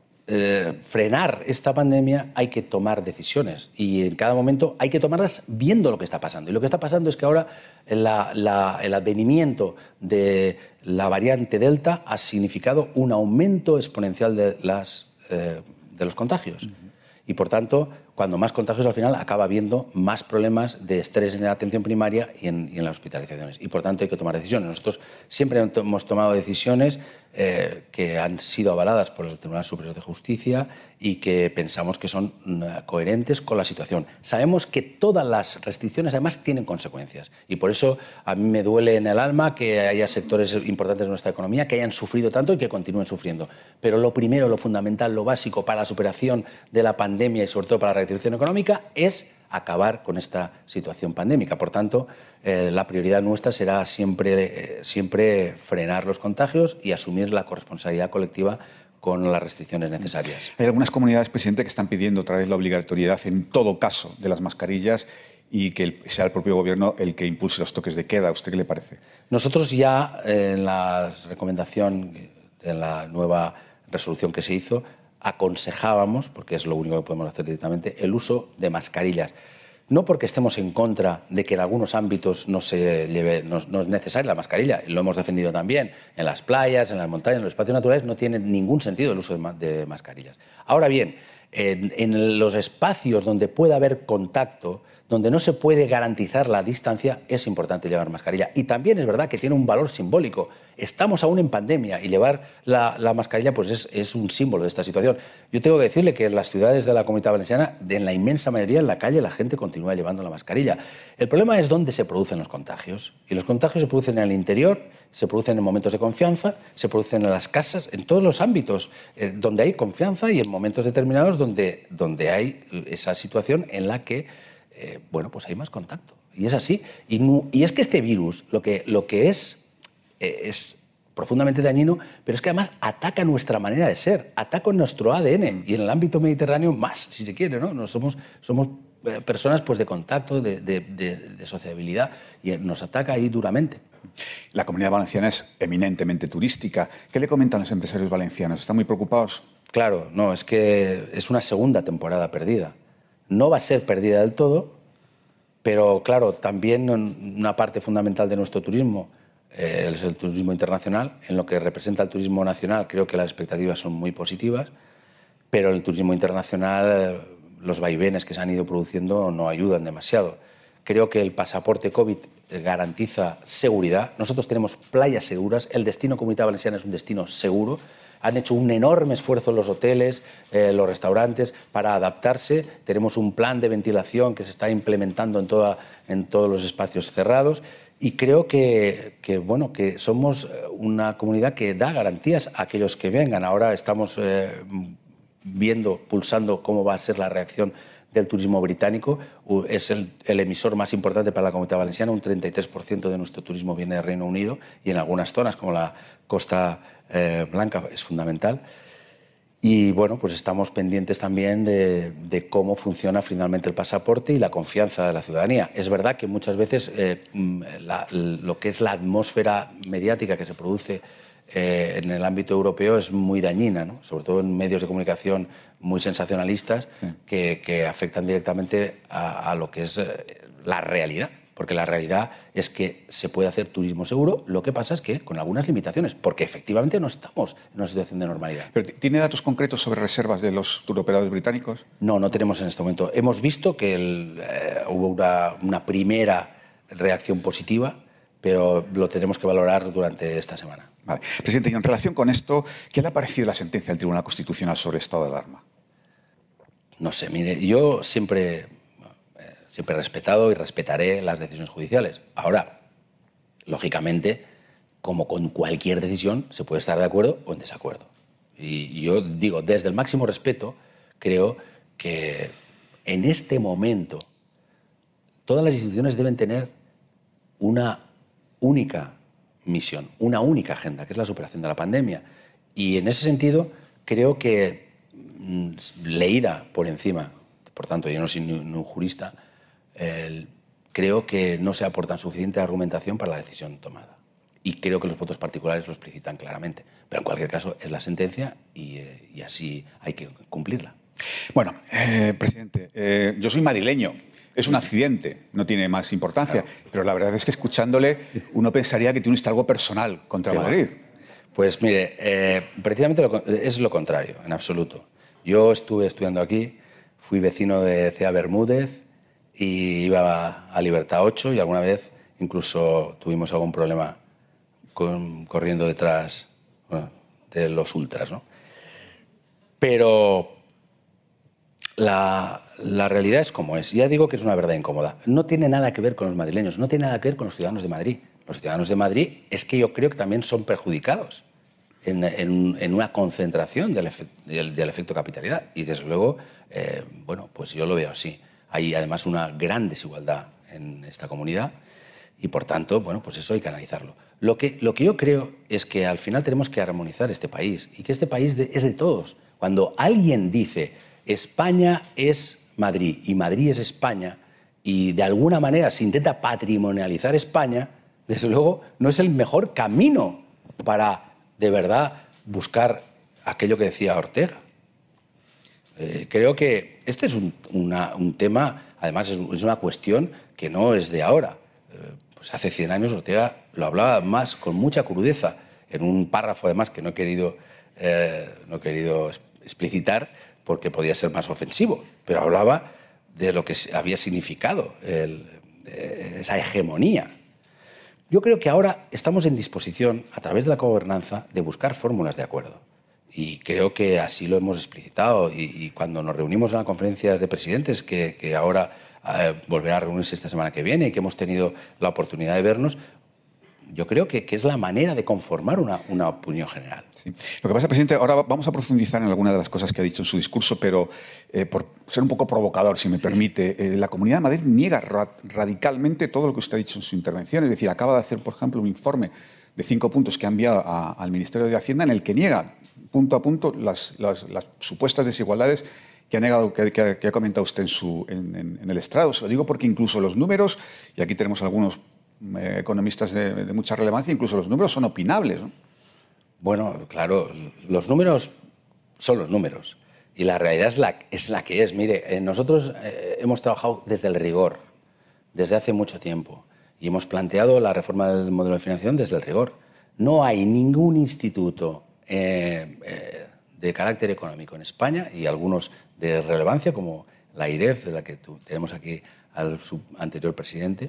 Speaker 4: eh, frenar esta pandemia hay que tomar decisiones. Y en cada momento hay que tomarlas viendo lo que está pasando. Y lo que está pasando es que ahora la, la, el advenimiento de la variante Delta ha significado un aumento exponencial de, las, eh, de los contagios. Uh-huh. Y, por tanto, cuando más contagios, al final acaba habiendo más problemas de estrés en la atención primaria y en, y en las hospitalizaciones. Y, por tanto, hay que tomar decisiones. Nosotros siempre hemos tomado decisiones eh, que han sido avaladas por el Tribunal Superior de Justicia y que pensamos que son uh, coherentes con la situación. Sabemos que todas las restricciones, además, tienen consecuencias. Y por eso a mí me duele en el alma que haya sectores importantes de nuestra economía que hayan sufrido tanto y que continúen sufriendo. Pero lo primero, lo fundamental, lo básico para la superación de la pandemia y, sobre todo, para la reactivación económica es acabar con esta situación pandémica. Por tanto, eh, la prioridad nuestra será siempre, eh, siempre frenar los contagios y asumir la corresponsabilidad colectiva con las restricciones necesarias.
Speaker 5: Hay algunas comunidades, presidente, que están pidiendo otra vez la obligatoriedad en todo caso de las mascarillas y que el, sea el propio Gobierno el que impulse los toques de queda. ¿A usted qué le parece?
Speaker 4: Nosotros ya eh, en la recomendación, en la nueva resolución que se hizo, aconsejábamos, porque es lo único que podemos hacer directamente, el uso de mascarillas. No porque estemos en contra de que en algunos ámbitos no se lleve, no, no es necesaria la mascarilla, y lo hemos defendido también, en las playas, en las montañas, en los espacios naturales, no tiene ningún sentido el uso de, de mascarillas. Ahora bien, en, en los espacios donde pueda haber contacto, donde no se puede garantizar la distancia, es importante llevar mascarilla. Y también es verdad que tiene un valor simbólico. Estamos aún en pandemia y llevar la, la mascarilla pues es, es un símbolo de esta situación. Yo tengo que decirle que en las ciudades de la Comunidad Valenciana, en la inmensa mayoría, en la calle, la gente continúa llevando la mascarilla. El problema es dónde se producen los contagios. Y los contagios se producen en el interior, se producen en momentos de confianza, se producen en las casas, en todos los ámbitos eh, donde hay confianza y en momentos determinados donde, donde hay esa situación en la que Eh, bueno, pues hay más contacto. Y es así. Y, no, y es que este virus lo que, lo que es, eh, es profundamente dañino, pero es que además ataca nuestra manera de ser, ataca nuestro A D N. Y en el ámbito mediterráneo más, si se quiere, ¿no? Nos somos, somos eh, personas pues, de contacto, de, de, de, de sociabilidad, y nos ataca ahí duramente.
Speaker 5: La Comunidad Valenciana es eminentemente turística. ¿Qué le comentan los empresarios valencianos? ¿Están muy preocupados?
Speaker 4: Claro, no, es que es una segunda temporada perdida. No va a ser perdida del todo, pero claro, también una parte fundamental de nuestro turismo eh, es el turismo internacional. En lo que representa el turismo nacional, creo que las expectativas son muy positivas, pero en el turismo internacional eh, los vaivenes que se han ido produciendo no ayudan demasiado. Creo que el pasaporte COVID garantiza seguridad. Nosotros tenemos playas seguras. El destino Comunidad Valenciana es un destino seguro. Han hecho un enorme esfuerzo los hoteles, eh, los restaurantes, para adaptarse. Tenemos un plan de ventilación que se está implementando en, toda, en todos los espacios cerrados. Y creo que, que, bueno, que somos una comunidad que da garantías a aquellos que vengan. Ahora estamos eh, viendo, pulsando cómo va a ser la reacción del turismo británico. Es el, el emisor más importante para la Comunidad Valenciana. Un treinta y tres por ciento de nuestro turismo viene del Reino Unido y en algunas zonas, como la Costa eh, Blanca, es fundamental. Y bueno, pues estamos pendientes también de, de cómo funciona finalmente el pasaporte y la confianza de la ciudadanía. Es verdad que muchas veces eh, la, lo que es la atmósfera mediática que se produce eh, en el ámbito europeo es muy dañina, ¿no? Sobre todo en medios de comunicación muy sensacionalistas, sí. que, que afectan directamente a, a lo que es eh, la realidad. Porque la realidad es que se puede hacer turismo seguro, lo que pasa es que con algunas limitaciones, porque efectivamente no estamos en una situación de normalidad.
Speaker 5: ¿Pero tiene datos concretos sobre reservas de los turoperadores británicos?
Speaker 4: No, no tenemos en este momento. Hemos visto que el, eh, hubo una, una primera reacción positiva, pero lo tenemos que valorar durante esta semana.
Speaker 5: Vale. Presidente, y en relación con esto, ¿qué le ha parecido la sentencia del Tribunal Constitucional sobre estado de alarma?
Speaker 4: No sé, mire, yo siempre... Siempre he respetado y respetaré las decisiones judiciales. Ahora, lógicamente, como con cualquier decisión, se puede estar de acuerdo o en desacuerdo. Y yo digo, desde el máximo respeto, creo que en este momento todas las instituciones deben tener una única misión, una única agenda, que es la superación de la pandemia. Y en ese sentido, creo que, leída por encima, por tanto, yo no soy ni un jurista, Eh, creo que no se aporta suficiente argumentación para la decisión tomada. Y creo que los votos particulares lo explicitan claramente. Pero en cualquier caso es la sentencia y, eh, y así hay que cumplirla.
Speaker 5: Bueno, eh, presidente, eh, yo soy madrileño. Es un accidente, no tiene más importancia. Claro. Pero la verdad es que escuchándole uno pensaría que tiene usted algo personal contra Qué Madrid.
Speaker 4: Mal. Pues mire, eh, precisamente lo, es lo contrario, en absoluto. Yo estuve estudiando aquí, fui vecino de C A Bermúdez, y iba a Libertad ocho y alguna vez incluso tuvimos algún problema con, corriendo detrás bueno, de los ultras, ¿no? Pero la, la realidad es como es. Ya digo que es una verdad incómoda. No tiene nada que ver con los madrileños, no tiene nada que ver con los ciudadanos de Madrid. Los ciudadanos de Madrid es que yo creo que también son perjudicados en, en, en una concentración del, efect, del, del efecto capitalidad. Y desde luego, eh, bueno, pues yo lo veo así. Hay además una gran desigualdad en esta comunidad y, por tanto, bueno, pues eso hay que analizarlo. Lo que, lo que yo creo es que al final tenemos que armonizar este país y que este país de, es de todos. Cuando alguien dice España es Madrid y Madrid es España y de alguna manera se intenta patrimonializar España, desde luego no es el mejor camino para de verdad buscar aquello que decía Ortega. Eh, creo que este es un, una, un tema, además es, es una cuestión que no es de ahora. Eh, pues hace cien años Ortega lo hablaba más con mucha crudeza, en un párrafo además que no he querido, eh, no he querido explicitar porque podía ser más ofensivo, pero hablaba de lo que había significado el, eh, esa hegemonía. Yo creo que ahora estamos en disposición, a través de la gobernanza, de buscar fórmulas de acuerdo. Y creo que así lo hemos explicitado. Y, y cuando nos reunimos en la conferencia de presidentes, que, que ahora eh, volverá a reunirse esta semana que viene y que hemos tenido la oportunidad de vernos, yo creo que, que es la manera de conformar una, una opinión general.
Speaker 5: Sí. Lo que pasa, presidente, ahora vamos a profundizar en alguna de las cosas que ha dicho en su discurso, pero eh, por ser un poco provocador, si me permite, eh, la Comunidad de Madrid niega ra radicalmente todo lo que usted ha dicho en su intervención. Es decir, acaba de hacer, por ejemplo, un informe de cinco puntos que ha enviado a, al Ministerio de Hacienda en el que niega punto a punto las, las, las supuestas desigualdades que ha, negado, que, que, que ha comentado usted en, su, en, en, en el estrado. Se lo digo porque incluso los números, y aquí tenemos algunos eh, economistas de, de mucha relevancia, incluso los números son opinables, ¿no?
Speaker 4: Bueno, claro, los números son los números y la realidad es la, es la que es. Mire, eh, nosotros eh, hemos trabajado desde el rigor, desde hace mucho tiempo, y hemos planteado la reforma del modelo de financiación desde el rigor. No hay ningún instituto Eh, eh, de carácter económico en España y algunos de relevancia como la I R E F, de la que tu, tenemos aquí al su anterior presidente,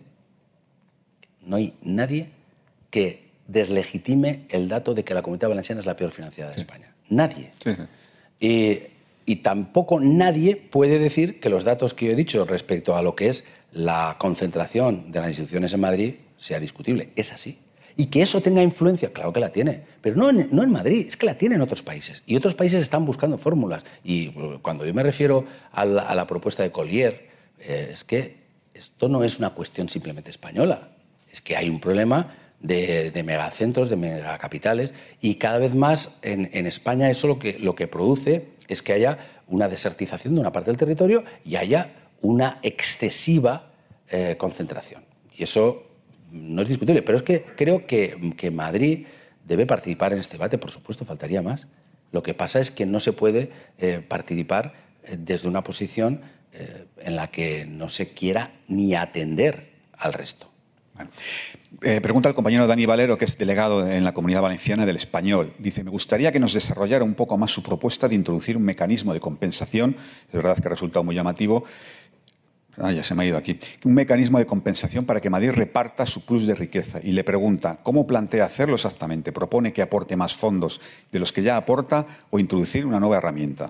Speaker 4: no hay nadie que deslegitime el dato de que la Comunidad Valenciana es la peor financiada de sí. España. Nadie. Sí, sí. Y, y tampoco nadie puede decir que los datos que yo he dicho respecto a lo que es la concentración de las instituciones en Madrid sea discutible. Es así. Y que eso tenga influencia, claro que la tiene, pero no en, no en Madrid, es que la tiene en otros países. Y otros países están buscando fórmulas. Y cuando yo me refiero a la, a la propuesta de Collier, eh, es que esto no es una cuestión simplemente española. Es que hay un problema de, de megacentros, de megacapitales, y cada vez más en, en España eso lo que, lo que produce es que haya una desertización de una parte del territorio y haya una excesiva eh, concentración. Y eso no es discutible, pero es que creo que, que Madrid debe participar en este debate, por supuesto, faltaría más. Lo que pasa es que no se puede eh, participar eh, desde una posición eh, en la que no se quiera ni atender al resto.
Speaker 5: Bueno. Eh, pregunta el compañero Dani Valero, que es delegado en la Comunidad Valenciana del Español. Dice, me gustaría que nos desarrollara un poco más su propuesta de introducir un mecanismo de compensación. Es verdad que ha resultado muy llamativo. Ah, ya se me ha ido aquí. Un mecanismo de compensación para que Madrid reparta su plus de riqueza. Y le pregunta, ¿cómo plantea hacerlo exactamente? ¿Propone que aporte más fondos de los que ya aporta o introducir una nueva herramienta?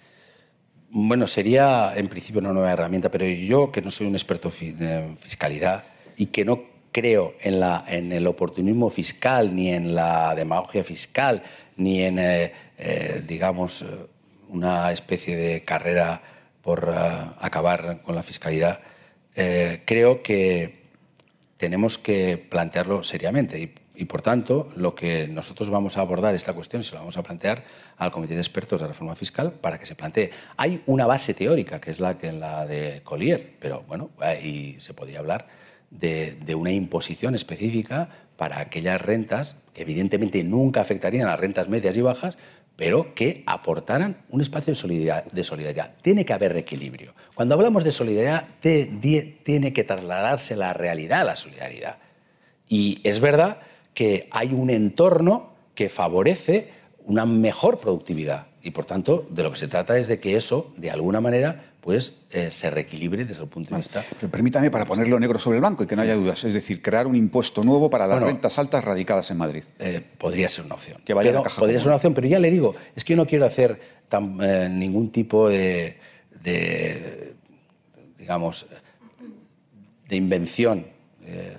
Speaker 4: Bueno, sería en principio una nueva herramienta, pero yo, que no soy un experto en fiscalidad y que no creo en, la, en el oportunismo fiscal, ni en la demagogia fiscal, ni en, eh, eh, digamos, una especie de carrera por uh, acabar con la fiscalidad, eh, creo que tenemos que plantearlo seriamente y, y, por tanto, lo que nosotros vamos a abordar esta cuestión se lo vamos a plantear al Comité de Expertos de Reforma Fiscal para que se plantee. Hay una base teórica, que es la, que, la de Collier, pero bueno, y se podría hablar de, de una imposición específica para aquellas rentas que evidentemente nunca afectarían a las rentas medias y bajas, pero que aportaran un espacio de solidaridad, de solidaridad. Tiene que haber equilibrio. Cuando hablamos de solidaridad, te, de, tiene que trasladarse la realidad a la solidaridad. Y es verdad que hay un entorno que favorece una mejor productividad. Y, por tanto, de lo que se trata es de que eso, de alguna manera, pues eh, se reequilibre desde el punto de vista...
Speaker 5: Pero permítame, para ponerlo negro sobre el blanco y que no haya dudas, es decir, crear un impuesto nuevo para las bueno, rentas altas radicadas en Madrid.
Speaker 4: Eh, podría ser una opción.
Speaker 5: Que vaya
Speaker 4: pero,
Speaker 5: a la caja
Speaker 4: podría
Speaker 5: común.
Speaker 4: ser una opción, pero ya le digo, es que yo no quiero hacer tan, eh, ningún tipo de, de, digamos, de invención, eh,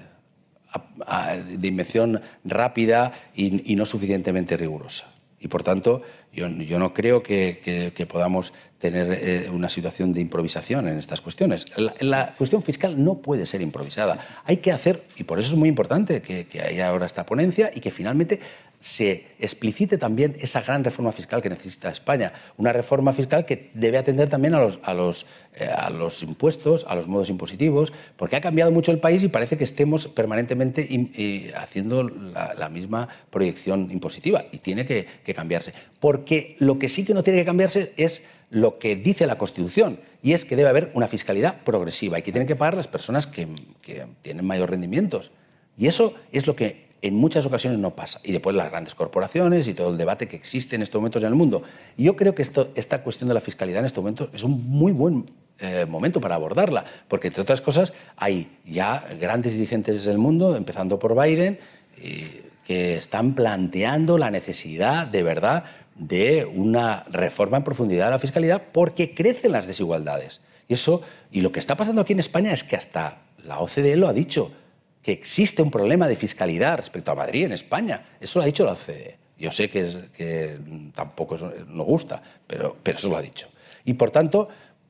Speaker 4: a, a, de invención rápida y, y no suficientemente rigurosa. Y, por tanto, yo, yo no creo que, que, que podamos tener eh, una situación de improvisación en estas cuestiones. La, la cuestión fiscal no puede ser improvisada. Hay que hacer, y por eso es muy importante que, que haya ahora esta ponencia y que finalmente se explicite también esa gran reforma fiscal que necesita España. Una reforma fiscal que debe atender también a los, a los, eh, a los impuestos, a los modos impositivos, porque ha cambiado mucho el país y parece que estemos permanentemente in, eh, haciendo la, la misma proyección impositiva y tiene que, que cambiarse. Porque lo que sí que no tiene que cambiarse es lo que dice la Constitución, y es que debe haber una fiscalidad progresiva y que tienen que pagar las personas que, que tienen mayores rendimientos. Y eso es lo que en muchas ocasiones no pasa. Y después las grandes corporaciones y todo el debate que existe en estos momentos en el mundo. Y yo creo que esto, esta cuestión de la fiscalidad en estos momentos es un muy buen eh, momento para abordarla, porque, entre otras cosas, hay ya grandes dirigentes del mundo, empezando por Biden, eh, que están planteando la necesidad, de verdad, de una reforma en profundidad de la fiscalidad porque crecen las desigualdades. Y eso, y lo que está pasando aquí en España es que hasta la O C D E lo ha dicho, que existe un problema de fiscalidad respecto a Madrid en España. Eso lo ha dicho la O C D E. Yo sé que, es, que tampoco nos gusta, pero, pero eso lo ha dicho. Y, por tanto,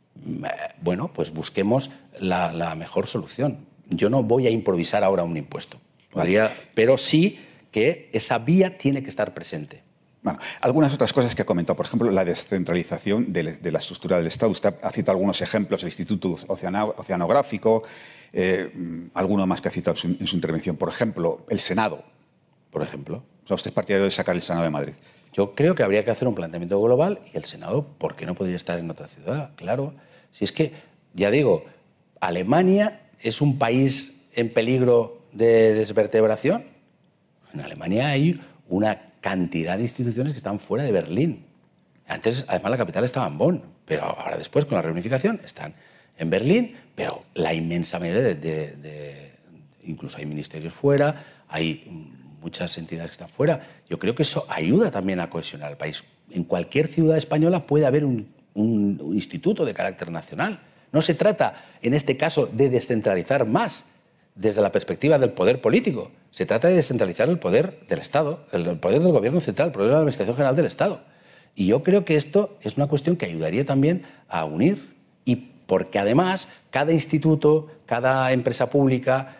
Speaker 4: bueno, pues busquemos la, la mejor solución. Yo no voy a improvisar ahora un impuesto, podría, pero sí que esa vía tiene que estar presente.
Speaker 5: Bueno, algunas otras cosas que ha comentado, por ejemplo, la descentralización de, de la estructura del Estado. Usted ha citado algunos ejemplos, el Instituto Oceano, Oceanográfico, eh, alguno más que ha citado en su, en su intervención. Por ejemplo, el Senado.
Speaker 4: Por ejemplo.
Speaker 5: O sea, usted es partidario de sacar el Senado de Madrid.
Speaker 4: Yo creo que habría que hacer un planteamiento global y el Senado, ¿por qué no podría estar en otra ciudad? Claro. Si es que, ya digo, Alemania es un país en peligro de desvertebración. En Alemania hay una cantidad de instituciones que están fuera de Berlín. Antes, además, la capital estaba en Bonn, pero ahora después, con la reunificación, están en Berlín, pero la inmensa mayoría de, de, de... Incluso hay ministerios fuera, hay muchas entidades que están fuera. Yo creo que eso ayuda también a cohesionar el país. En cualquier ciudad española puede haber un, un, un instituto de carácter nacional. No se trata, en este caso, de descentralizar más desde la perspectiva del poder político. Se trata de descentralizar el poder del Estado, el poder del Gobierno central, el poder de la Administración General del Estado. Y yo creo que esto es una cuestión que ayudaría también a unir, y porque además cada instituto, cada empresa pública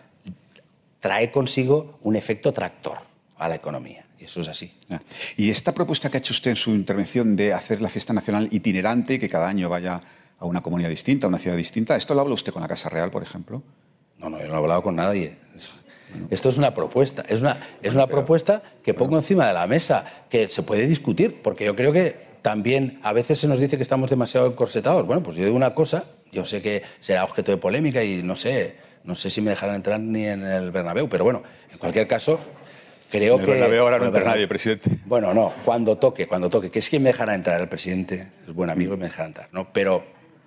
Speaker 4: trae consigo un efecto tractor a la economía. Y eso es así.
Speaker 5: Y esta propuesta que ha hecho usted en su intervención de hacer la fiesta nacional itinerante, que cada año vaya a una comunidad distinta, a una ciudad distinta, ¿esto lo habla usted con la Casa Real, por ejemplo?
Speaker 4: No, no, yo no he hablado con nadie. Esto es una propuesta, es una, es una propuesta que pongo encima de la mesa, que se puede discutir, porque yo creo que también a veces se nos dice que estamos demasiado encorsetados. Bueno, pues yo digo una cosa, yo sé que será objeto de polémica y no sé, no sé si me dejarán entrar ni en el Bernabéu, pero bueno, en cualquier caso, creo que...
Speaker 5: En el Bernabéu ahora no entra nadie, presidente.
Speaker 4: Bueno, no, cuando toque, cuando toque, que es quien me dejará entrar, el presidente es buen amigo y me dejará entrar, ¿no? Pero,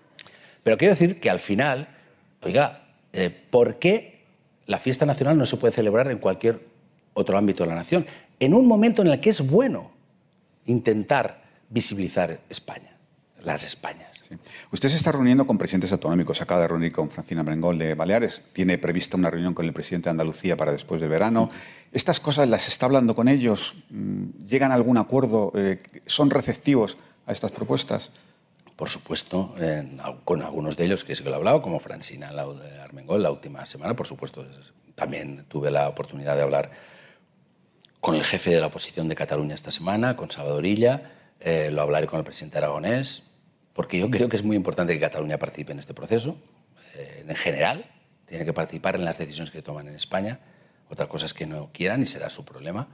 Speaker 4: pero quiero decir que al final, oiga, eh, ¿por qué la fiesta nacional no se puede celebrar en cualquier otro ámbito de la nación? En un momento en el que es bueno intentar visibilizar España, las Españas.
Speaker 5: Sí. Usted se está reuniendo con presidentes autonómicos, acaba de reunir con Francina Armengol de Baleares, tiene prevista una reunión con el presidente de Andalucía para después del verano. ¿Estas cosas las está hablando con ellos? ¿Llegan a algún acuerdo? ¿Son receptivos a estas propuestas?
Speaker 4: Por supuesto, en, con algunos de ellos que sí que lo he hablado, como Francina Armengol la última semana, por supuesto. También tuve la oportunidad de hablar con el jefe de la oposición de Cataluña esta semana, con Salvador Illa, eh, lo hablaré con el presidente aragonés, porque yo creo que es muy importante que Cataluña participe en este proceso. Eh, en general, tiene que participar en las decisiones que se toman en España. Otra cosa es que no quieran y será su problema.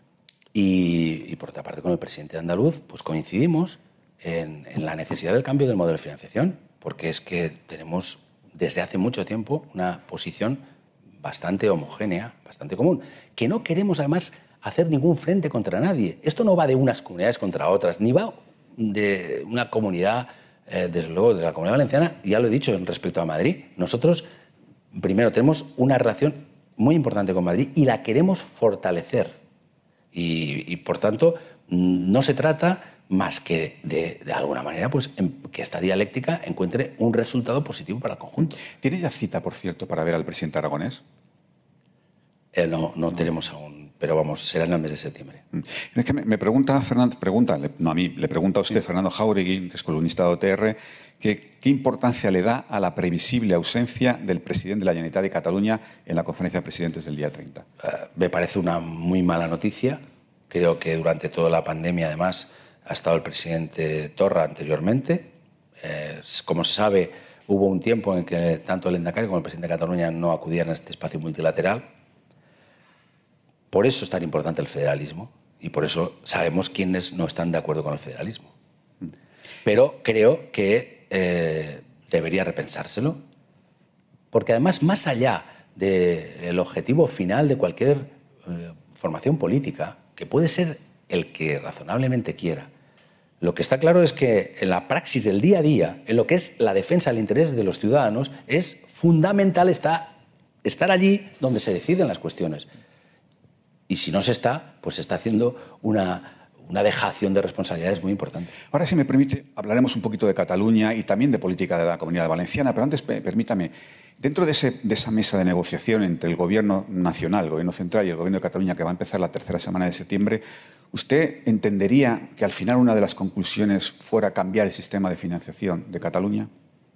Speaker 4: Y, y por otra parte, con el presidente andaluz, pues coincidimos en, en la necesidad del cambio del modelo de financiación, porque es que tenemos desde hace mucho tiempo una posición bastante homogénea, bastante común, que no queremos además hacer ningún frente contra nadie. Esto no va de unas comunidades contra otras, ni va de una comunidad, eh, desde luego, de la Comunidad Valenciana, ya lo he dicho respecto a Madrid. Nosotros, primero, tenemos una relación muy importante con Madrid y la queremos fortalecer. Y, y por tanto, no se trata más que de, de alguna manera, pues, en, que esta dialéctica encuentre un resultado positivo para el conjunto.
Speaker 5: ¿Tiene ya cita, por cierto, para ver al presidente aragonés?
Speaker 4: Eh, no, no, no tenemos aún, pero vamos, será en el mes de septiembre.
Speaker 5: Es que me, me pregunta Fernando, pregunta, no a mí, le pregunta a usted, sí. Fernando Jáuregui, que es columnista de O T R, que qué importancia le da a la previsible ausencia del presidente de la Generalitat de Cataluña en la conferencia de presidentes del día treinta.
Speaker 4: Uh, me parece una muy mala noticia. Creo que durante toda la pandemia, además, ha estado el presidente Torra anteriormente. Eh, como se sabe, hubo un tiempo en que tanto el Endacari como el presidente de Cataluña no acudían a este espacio multilateral. Por eso es tan importante el federalismo y por eso sabemos quiénes no están de acuerdo con el federalismo. Pero creo que eh, debería repensárselo, porque además, más allá del objetivo final de cualquier eh, formación política, que puede ser el que razonablemente quiera, lo que está claro es que en la praxis del día a día, en lo que es la defensa del interés de los ciudadanos, es fundamental estar, estar allí donde se deciden las cuestiones. Y si no se está, pues se está haciendo una, una dejación de responsabilidades muy importante.
Speaker 5: Ahora, si me permite, hablaremos un poquito de Cataluña y también de política de la Comunidad Valenciana, pero antes, permítame, dentro de, ese, de esa mesa de negociación entre el Gobierno nacional, el Gobierno central y el Gobierno de Cataluña, que va a empezar la tercera semana de septiembre, ¿usted entendería que al final una de las conclusiones fuera cambiar el sistema de financiación de Cataluña?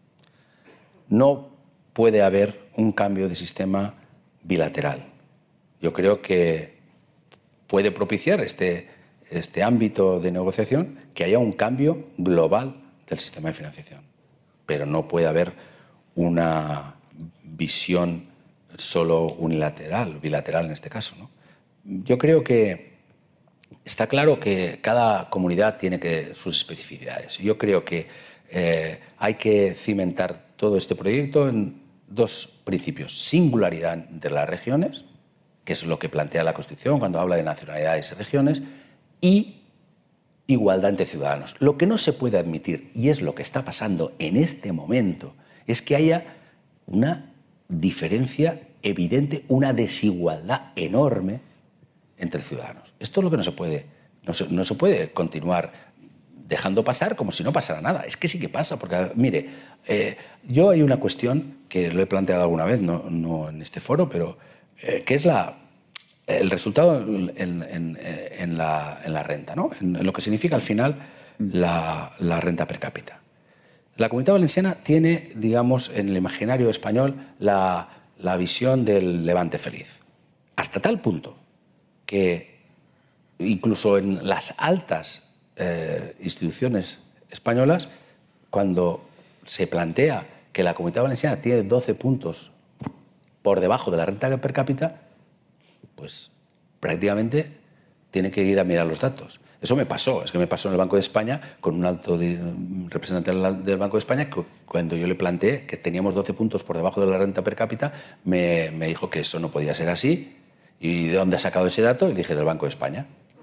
Speaker 4: No puede haber un cambio de sistema bilateral. Yo creo que puede propiciar este, este ámbito de negociación que haya un cambio global del sistema de financiación. Pero no puede haber una visión solo unilateral, bilateral en este caso, ¿no? Yo creo que está claro que cada comunidad tiene que, sus especificidades. Yo creo que eh, hay que cimentar todo este proyecto en dos principios. Singularidad de las regiones, que es lo que plantea la Constitución cuando habla de nacionalidades y regiones, y igualdad entre ciudadanos. Lo que no se puede admitir, y es lo que está pasando en este momento, es que haya una diferencia evidente, una desigualdad enorme entre ciudadanos. Esto es lo que no se puede, no se, no se puede continuar dejando pasar como si no pasara nada. Es que sí que pasa, porque, mire, eh, yo hay una cuestión que lo he planteado alguna vez, no, no en este foro, pero eh, que es la, el resultado en, en, en, la, en la renta, ¿no? En, en lo que significa al final la, la renta per cápita. La Comunidad Valenciana tiene, digamos, en el imaginario español la, la visión del Levante feliz, hasta tal punto que incluso en las altas Eh, instituciones españolas, cuando se plantea que la Comunidad Valenciana tiene doce puntos por debajo de la renta per cápita, pues prácticamente tiene que ir a mirar los datos. Eso me pasó, es que me pasó en el Banco de España con un alto de, representante del Banco de España, que cuando yo le planteé que teníamos doce puntos por debajo de la renta per cápita, me, me dijo que eso no podía ser así. ¿Y de dónde ha sacado ese dato? Y le dije, del Banco de España.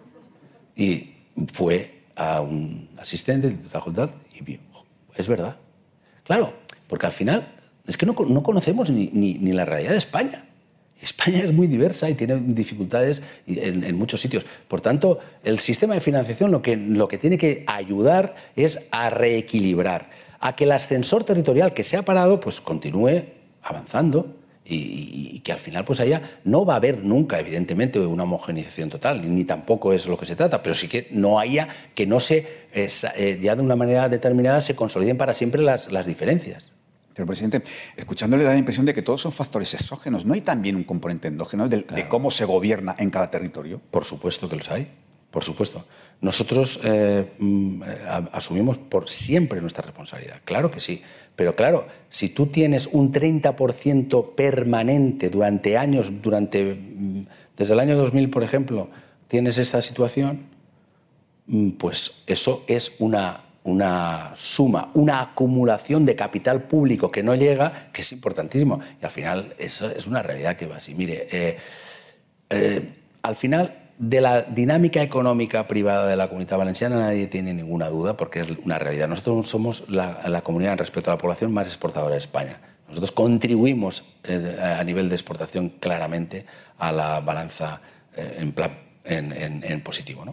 Speaker 4: Y fue a un asistente del facultad y vio, es verdad. Claro, porque al final es que no, no conocemos ni, ni, ni la realidad de España. España es muy diversa y tiene dificultades en, en muchos sitios. Por tanto, el sistema de financiación lo que, lo que tiene que ayudar es a reequilibrar, a que el ascensor territorial que se ha parado pues continúe avanzando. Y, y, y que al final pues allá no va a haber nunca, evidentemente, una homogeneización total, ni, ni tampoco es lo que se trata, pero sí que no haya, que no se, eh, eh, ya de una manera determinada se consoliden para siempre las, las diferencias.
Speaker 5: Pero, presidente, escuchándole da la impresión de que todos son factores exógenos. ¿No hay también un componente endógeno de, claro. de cómo se gobierna en cada territorio?
Speaker 4: Por supuesto que los hay, por supuesto. Nosotros eh, asumimos por siempre nuestra responsabilidad, claro que sí. Pero claro, si tú tienes un treinta por ciento permanente durante años, durante, desde el año dos mil, por ejemplo, tienes esta situación, pues eso es una, una suma, una acumulación de capital público que no llega, que es importantísimo. Y al final eso es una realidad que va así. Mire, eh, eh, al final, de la dinámica económica privada de la Comunidad Valenciana nadie tiene ninguna duda, porque es una realidad. Nosotros somos la, la comunidad respecto a la población más exportadora de España. Nosotros contribuimos eh, a nivel de exportación claramente a la balanza eh, en, plan, en, en, en positivo, ¿no?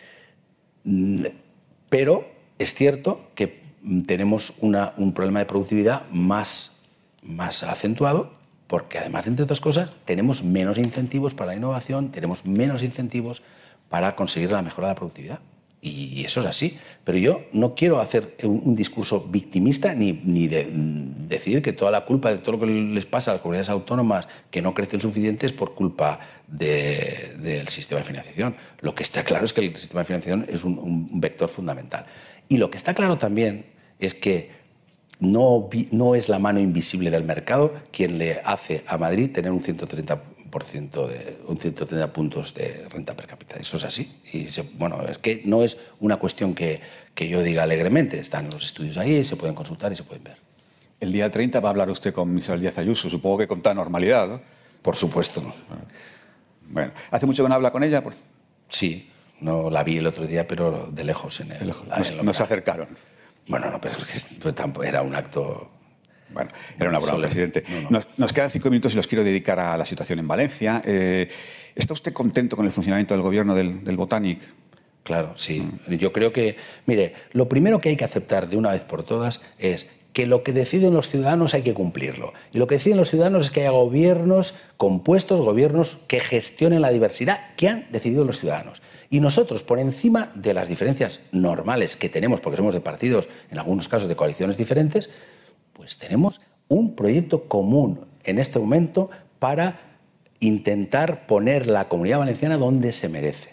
Speaker 4: Pero es cierto que tenemos una, un problema de productividad más, más acentuado, porque además, entre otras cosas, tenemos menos incentivos para la innovación, tenemos menos incentivos para conseguir la mejora de la productividad. Y eso es así. Pero yo no quiero hacer un, un discurso victimista ni, ni de, mm, decir que toda la culpa de todo lo que les pasa a las comunidades autónomas que no crecen suficiente es por culpa de, del sistema de financiación. Lo que está claro es que el sistema de financiación es un, un vector fundamental. Y lo que está claro también es que No, no es la mano invisible del mercado quien le hace a Madrid tener un ciento treinta por ciento de un ciento treinta puntos de renta per cápita. Eso es así. Y se, bueno, es que no es una cuestión que, que yo diga alegremente. Están los estudios ahí, se pueden consultar y se pueden ver.
Speaker 5: El día treinta va a hablar usted con Isabel Díaz Ayuso, supongo que con toda normalidad, ¿no?
Speaker 4: Por supuesto.
Speaker 5: Bueno, ¿hace mucho que no habla con ella? Por...
Speaker 4: Sí, no la vi el otro día, pero de lejos. En el,
Speaker 5: de lejos.
Speaker 4: La,
Speaker 5: Nos,
Speaker 4: en
Speaker 5: nos acercaron.
Speaker 4: Bueno, no, pero es que tampoco era un acto...
Speaker 5: Bueno, era una broma, presidente. No, no. Nos, nos quedan cinco minutos y los quiero dedicar a la situación en Valencia. Eh, ¿Está usted contento con el funcionamiento del gobierno del, del Botànic?
Speaker 4: Claro, sí. Mm. Yo creo que... Mire, lo primero que hay que aceptar de una vez por todas es que lo que deciden los ciudadanos hay que cumplirlo. Y lo que deciden los ciudadanos es que haya gobiernos compuestos, gobiernos que gestionen la diversidad que han decidido los ciudadanos. Y nosotros, por encima de las diferencias normales que tenemos, porque somos de partidos, en algunos casos de coaliciones diferentes, pues tenemos un proyecto común en este momento para intentar poner la Comunidad Valenciana donde se merece.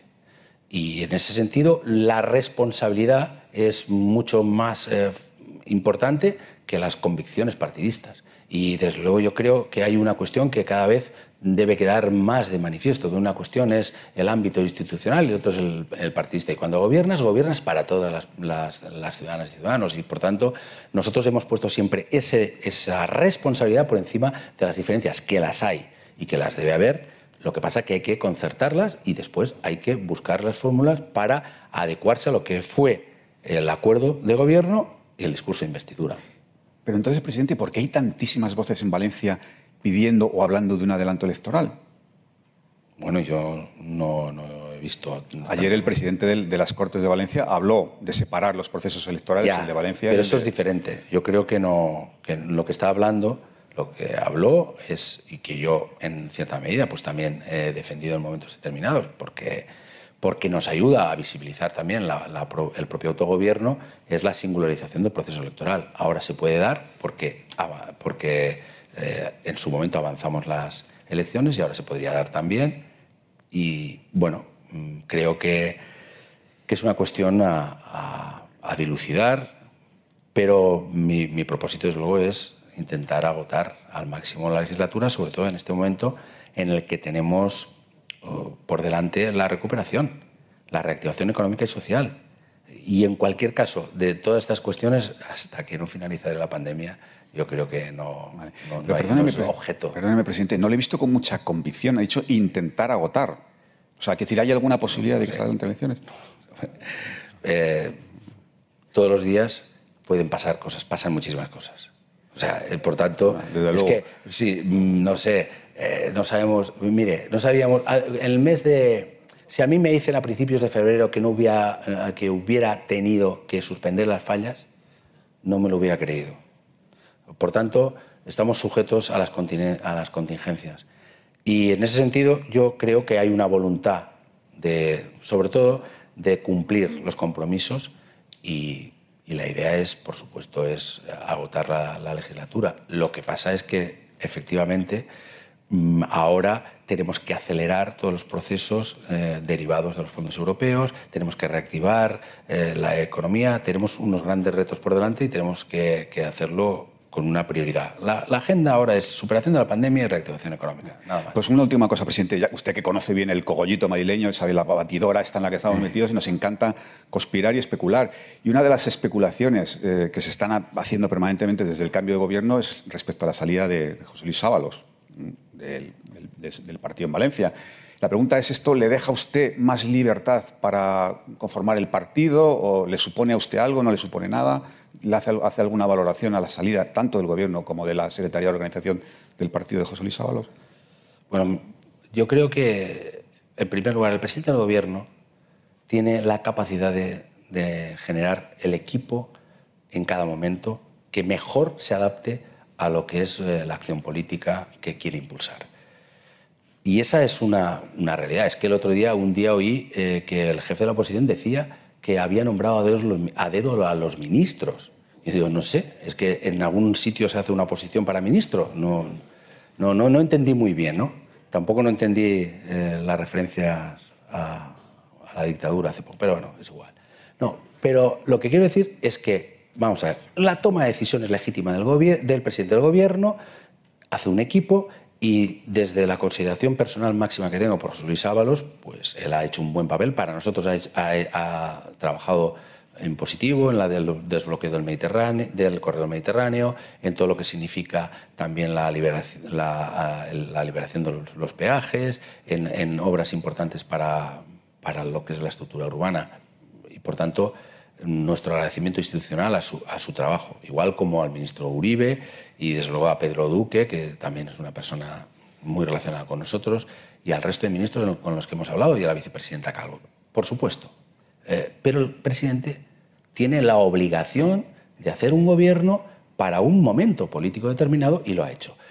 Speaker 4: Y en ese sentido, la responsabilidad es mucho más eh, importante que las convicciones partidistas. Y desde luego yo creo que hay una cuestión que cada vez debe quedar más de manifiesto, que una cuestión es el ámbito institucional y otro es el, el partidista. Y cuando gobiernas, gobiernas para todas las, las, las ciudadanas y ciudadanos. Y por tanto, nosotros hemos puesto siempre ese, esa responsabilidad por encima de las diferencias, que las hay y que las debe haber. Lo que pasa es que hay que concertarlas y después hay que buscar las fórmulas para adecuarse a lo que fue el acuerdo de gobierno y el discurso de investidura.
Speaker 5: Pero entonces, presidente, ¿por qué hay tantísimas voces en Valencia pidiendo o hablando de un adelanto electoral?
Speaker 4: Bueno, yo no, no he visto...
Speaker 5: Ayer el presidente de, de las Cortes de Valencia habló de separar los procesos electorales,
Speaker 4: ya,
Speaker 5: el de Valencia...
Speaker 4: Pero
Speaker 5: y el
Speaker 4: eso
Speaker 5: de...
Speaker 4: es diferente. Yo creo que, no, que lo que está hablando, lo que habló es, y que yo en cierta medida pues también he defendido en momentos determinados, porque, porque nos ayuda a visibilizar también la, la, el propio autogobierno, es la singularización del proceso electoral. Ahora se puede dar porque, porque eh, en su momento avanzamos las elecciones y ahora se podría dar también. Y bueno, creo que, que es una cuestión a, a, a dilucidar, pero mi, mi propósito desde luego es intentar agotar al máximo la legislatura, sobre todo en este momento en el que tenemos uh, por delante la recuperación, la reactivación económica y social. Y en cualquier caso, de todas estas cuestiones, hasta que no finalice la pandemia, yo creo que no, vale. no, no hay
Speaker 5: perdóneme,
Speaker 4: no es objeto.
Speaker 5: Perdóneme, presidente, no le he visto con mucha convicción. Ha dicho intentar agotar. O sea, que decir, ¿hay alguna posibilidad de que se hagan elecciones?
Speaker 4: Eh, todos los días pueden pasar cosas, pasan muchísimas cosas. O sea, eh, por tanto,
Speaker 5: Desde
Speaker 4: es
Speaker 5: luego.
Speaker 4: que, sí, no sé, eh, no sabemos, mire, no sabíamos, en el mes de... Si a mí me dicen a principios de febrero que no hubiera, que hubiera tenido que suspender las fallas, no me lo hubiera creído. Por tanto, estamos sujetos a las, a las contingencias. Y en ese sentido, yo creo que hay una voluntad, de, sobre todo, de cumplir los compromisos y, y la idea es, por supuesto, es agotar la, la legislatura. Lo que pasa es que, efectivamente, ahora tenemos que acelerar todos los procesos eh, derivados de los fondos europeos, tenemos que reactivar eh, la economía, tenemos unos grandes retos por delante y tenemos que, que hacerlo con una prioridad. La, la agenda ahora es superación de la pandemia y reactivación económica. Nada más.
Speaker 5: Pues una última cosa, presidente. Ya usted que conoce bien el cogollito madrileño, sabe la batidora esta en la que estamos metidos y nos encanta conspirar y especular. Y una de las especulaciones eh, que se están haciendo permanentemente desde el cambio de gobierno es respecto a la salida de, de José Luis Ábalos del, del, del partido en Valencia. La pregunta es, ¿esto le deja a usted más libertad para conformar el partido o le supone a usted algo, no le supone nada? ¿Le hace, hace alguna valoración a la salida tanto del Gobierno como de la Secretaría de Organización del partido de José Luis Ábalos?
Speaker 4: Bueno, yo creo que, en primer lugar, el presidente del Gobierno tiene la capacidad de, de generar el equipo en cada momento que mejor se adapte a lo que es eh, la acción política que quiere impulsar. Y esa es una, una realidad. Es que el otro día, un día oí eh, que el jefe de la oposición decía que había nombrado a dedo, los, a dedo a los ministros. Y digo, no sé, es que en algún sitio se hace una oposición para ministro. No, no, no, no entendí muy bien, ¿no? Tampoco no entendí eh, las referencias a, a la dictadura hace poco, pero bueno, es igual. No, pero lo que quiero decir es que, vamos a ver, la toma de decisiones legítima del, del presidente del Gobierno, hace un equipo y desde la consideración personal máxima que tengo por José Luis Ábalos, pues él ha hecho un buen papel. Para nosotros ha, ha, ha trabajado en positivo en la del desbloqueo del Mediterráneo, del corredor mediterráneo, en todo lo que significa también la liberación, la, la liberación de los, los peajes, en, en obras importantes para, para lo que es la estructura urbana. Y por tanto, nuestro agradecimiento institucional a su, a su trabajo, igual como al ministro Uribe y desde luego a Pedro Duque, que también es una persona muy relacionada con nosotros, y al resto de ministros con los que hemos hablado y a la vicepresidenta Calvo, por supuesto. Eh, pero el presidente tiene la obligación de hacer un gobierno para un momento político determinado y lo ha hecho.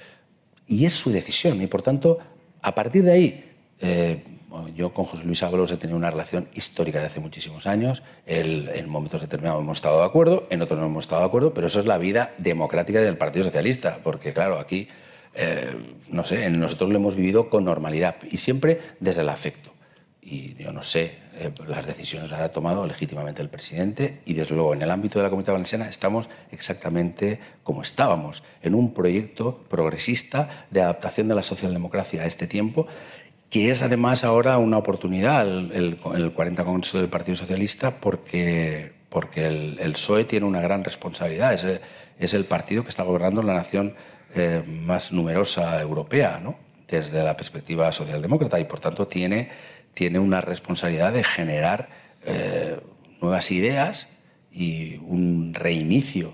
Speaker 4: Y es su decisión y por tanto, a partir de ahí, eh, yo con José Luis Ábalos he tenido una relación histórica de hace muchísimos años. Él, en momentos determinados hemos estado de acuerdo, en otros no hemos estado de acuerdo, pero eso es la vida democrática del Partido Socialista, porque claro, aquí, eh, no sé, nosotros lo hemos vivido con normalidad y siempre desde el afecto. Y yo no sé, eh, las decisiones las ha tomado legítimamente el presidente y desde luego en el ámbito de la Comunidad Valenciana estamos exactamente como estábamos, en un proyecto progresista de adaptación de la socialdemocracia a este tiempo, que es además ahora una oportunidad, el, el, el cuarenta Congreso del Partido Socialista, porque, porque el, el P S O E tiene una gran responsabilidad. Es el, es el partido que está gobernando la nación eh, más numerosa europea, ¿no? Desde la perspectiva socialdemócrata, y por tanto tiene, tiene una responsabilidad de generar eh, nuevas ideas y un reinicio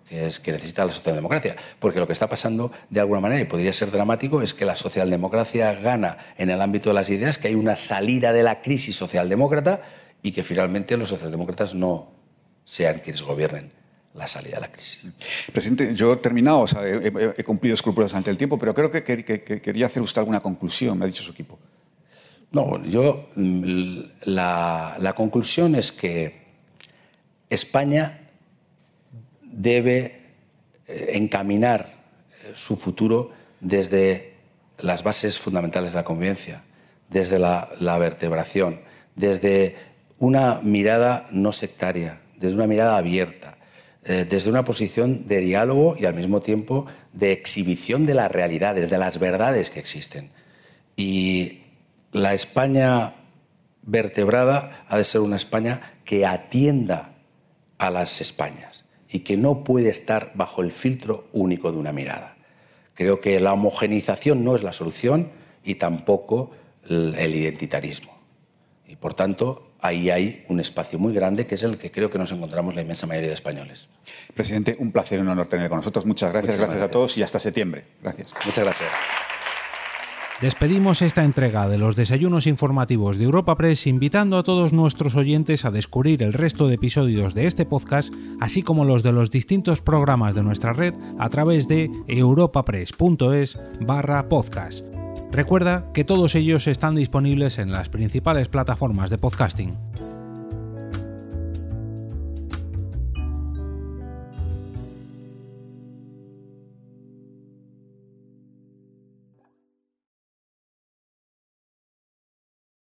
Speaker 4: que es que necesita la socialdemocracia. Porque lo que está pasando, de alguna manera, y podría ser dramático, es que la socialdemocracia gana en el ámbito de las ideas, que hay una salida de la crisis socialdemócrata y que finalmente los socialdemócratas no sean quienes gobiernen la salida de la crisis.
Speaker 5: Presidente, yo he terminado, o sea, he, he, he cumplido escrupulosamente el tiempo, pero creo que, que, que, que quería hacer usted alguna conclusión, me ha dicho su equipo.
Speaker 4: No, yo, la, la conclusión es que España debe encaminar su futuro desde las bases fundamentales de la convivencia, desde la, la vertebración, desde una mirada no sectaria, desde una mirada abierta, eh, desde una posición de diálogo y al mismo tiempo de exhibición de las realidades, de las verdades que existen. Y la España vertebrada ha de ser una España que atienda a las Españas y que no puede estar bajo el filtro único de una mirada. Creo que la homogeneización no es la solución y tampoco el identitarismo. Y por tanto, ahí hay un espacio muy grande que es el que creo que nos encontramos la inmensa mayoría de españoles.
Speaker 5: Presidente, un placer y un honor tener con nosotros. Muchas gracias,
Speaker 4: Muchas
Speaker 5: gracias
Speaker 4: gracias
Speaker 5: a todos y hasta septiembre. Gracias.
Speaker 4: Muchas gracias.
Speaker 2: Despedimos esta entrega de los desayunos informativos de Europa Press invitando a todos nuestros oyentes a descubrir el resto de episodios de este podcast, así como los de los distintos programas de nuestra red a través de europapress.es barra podcast. Recuerda que todos ellos están disponibles en las principales plataformas de podcasting.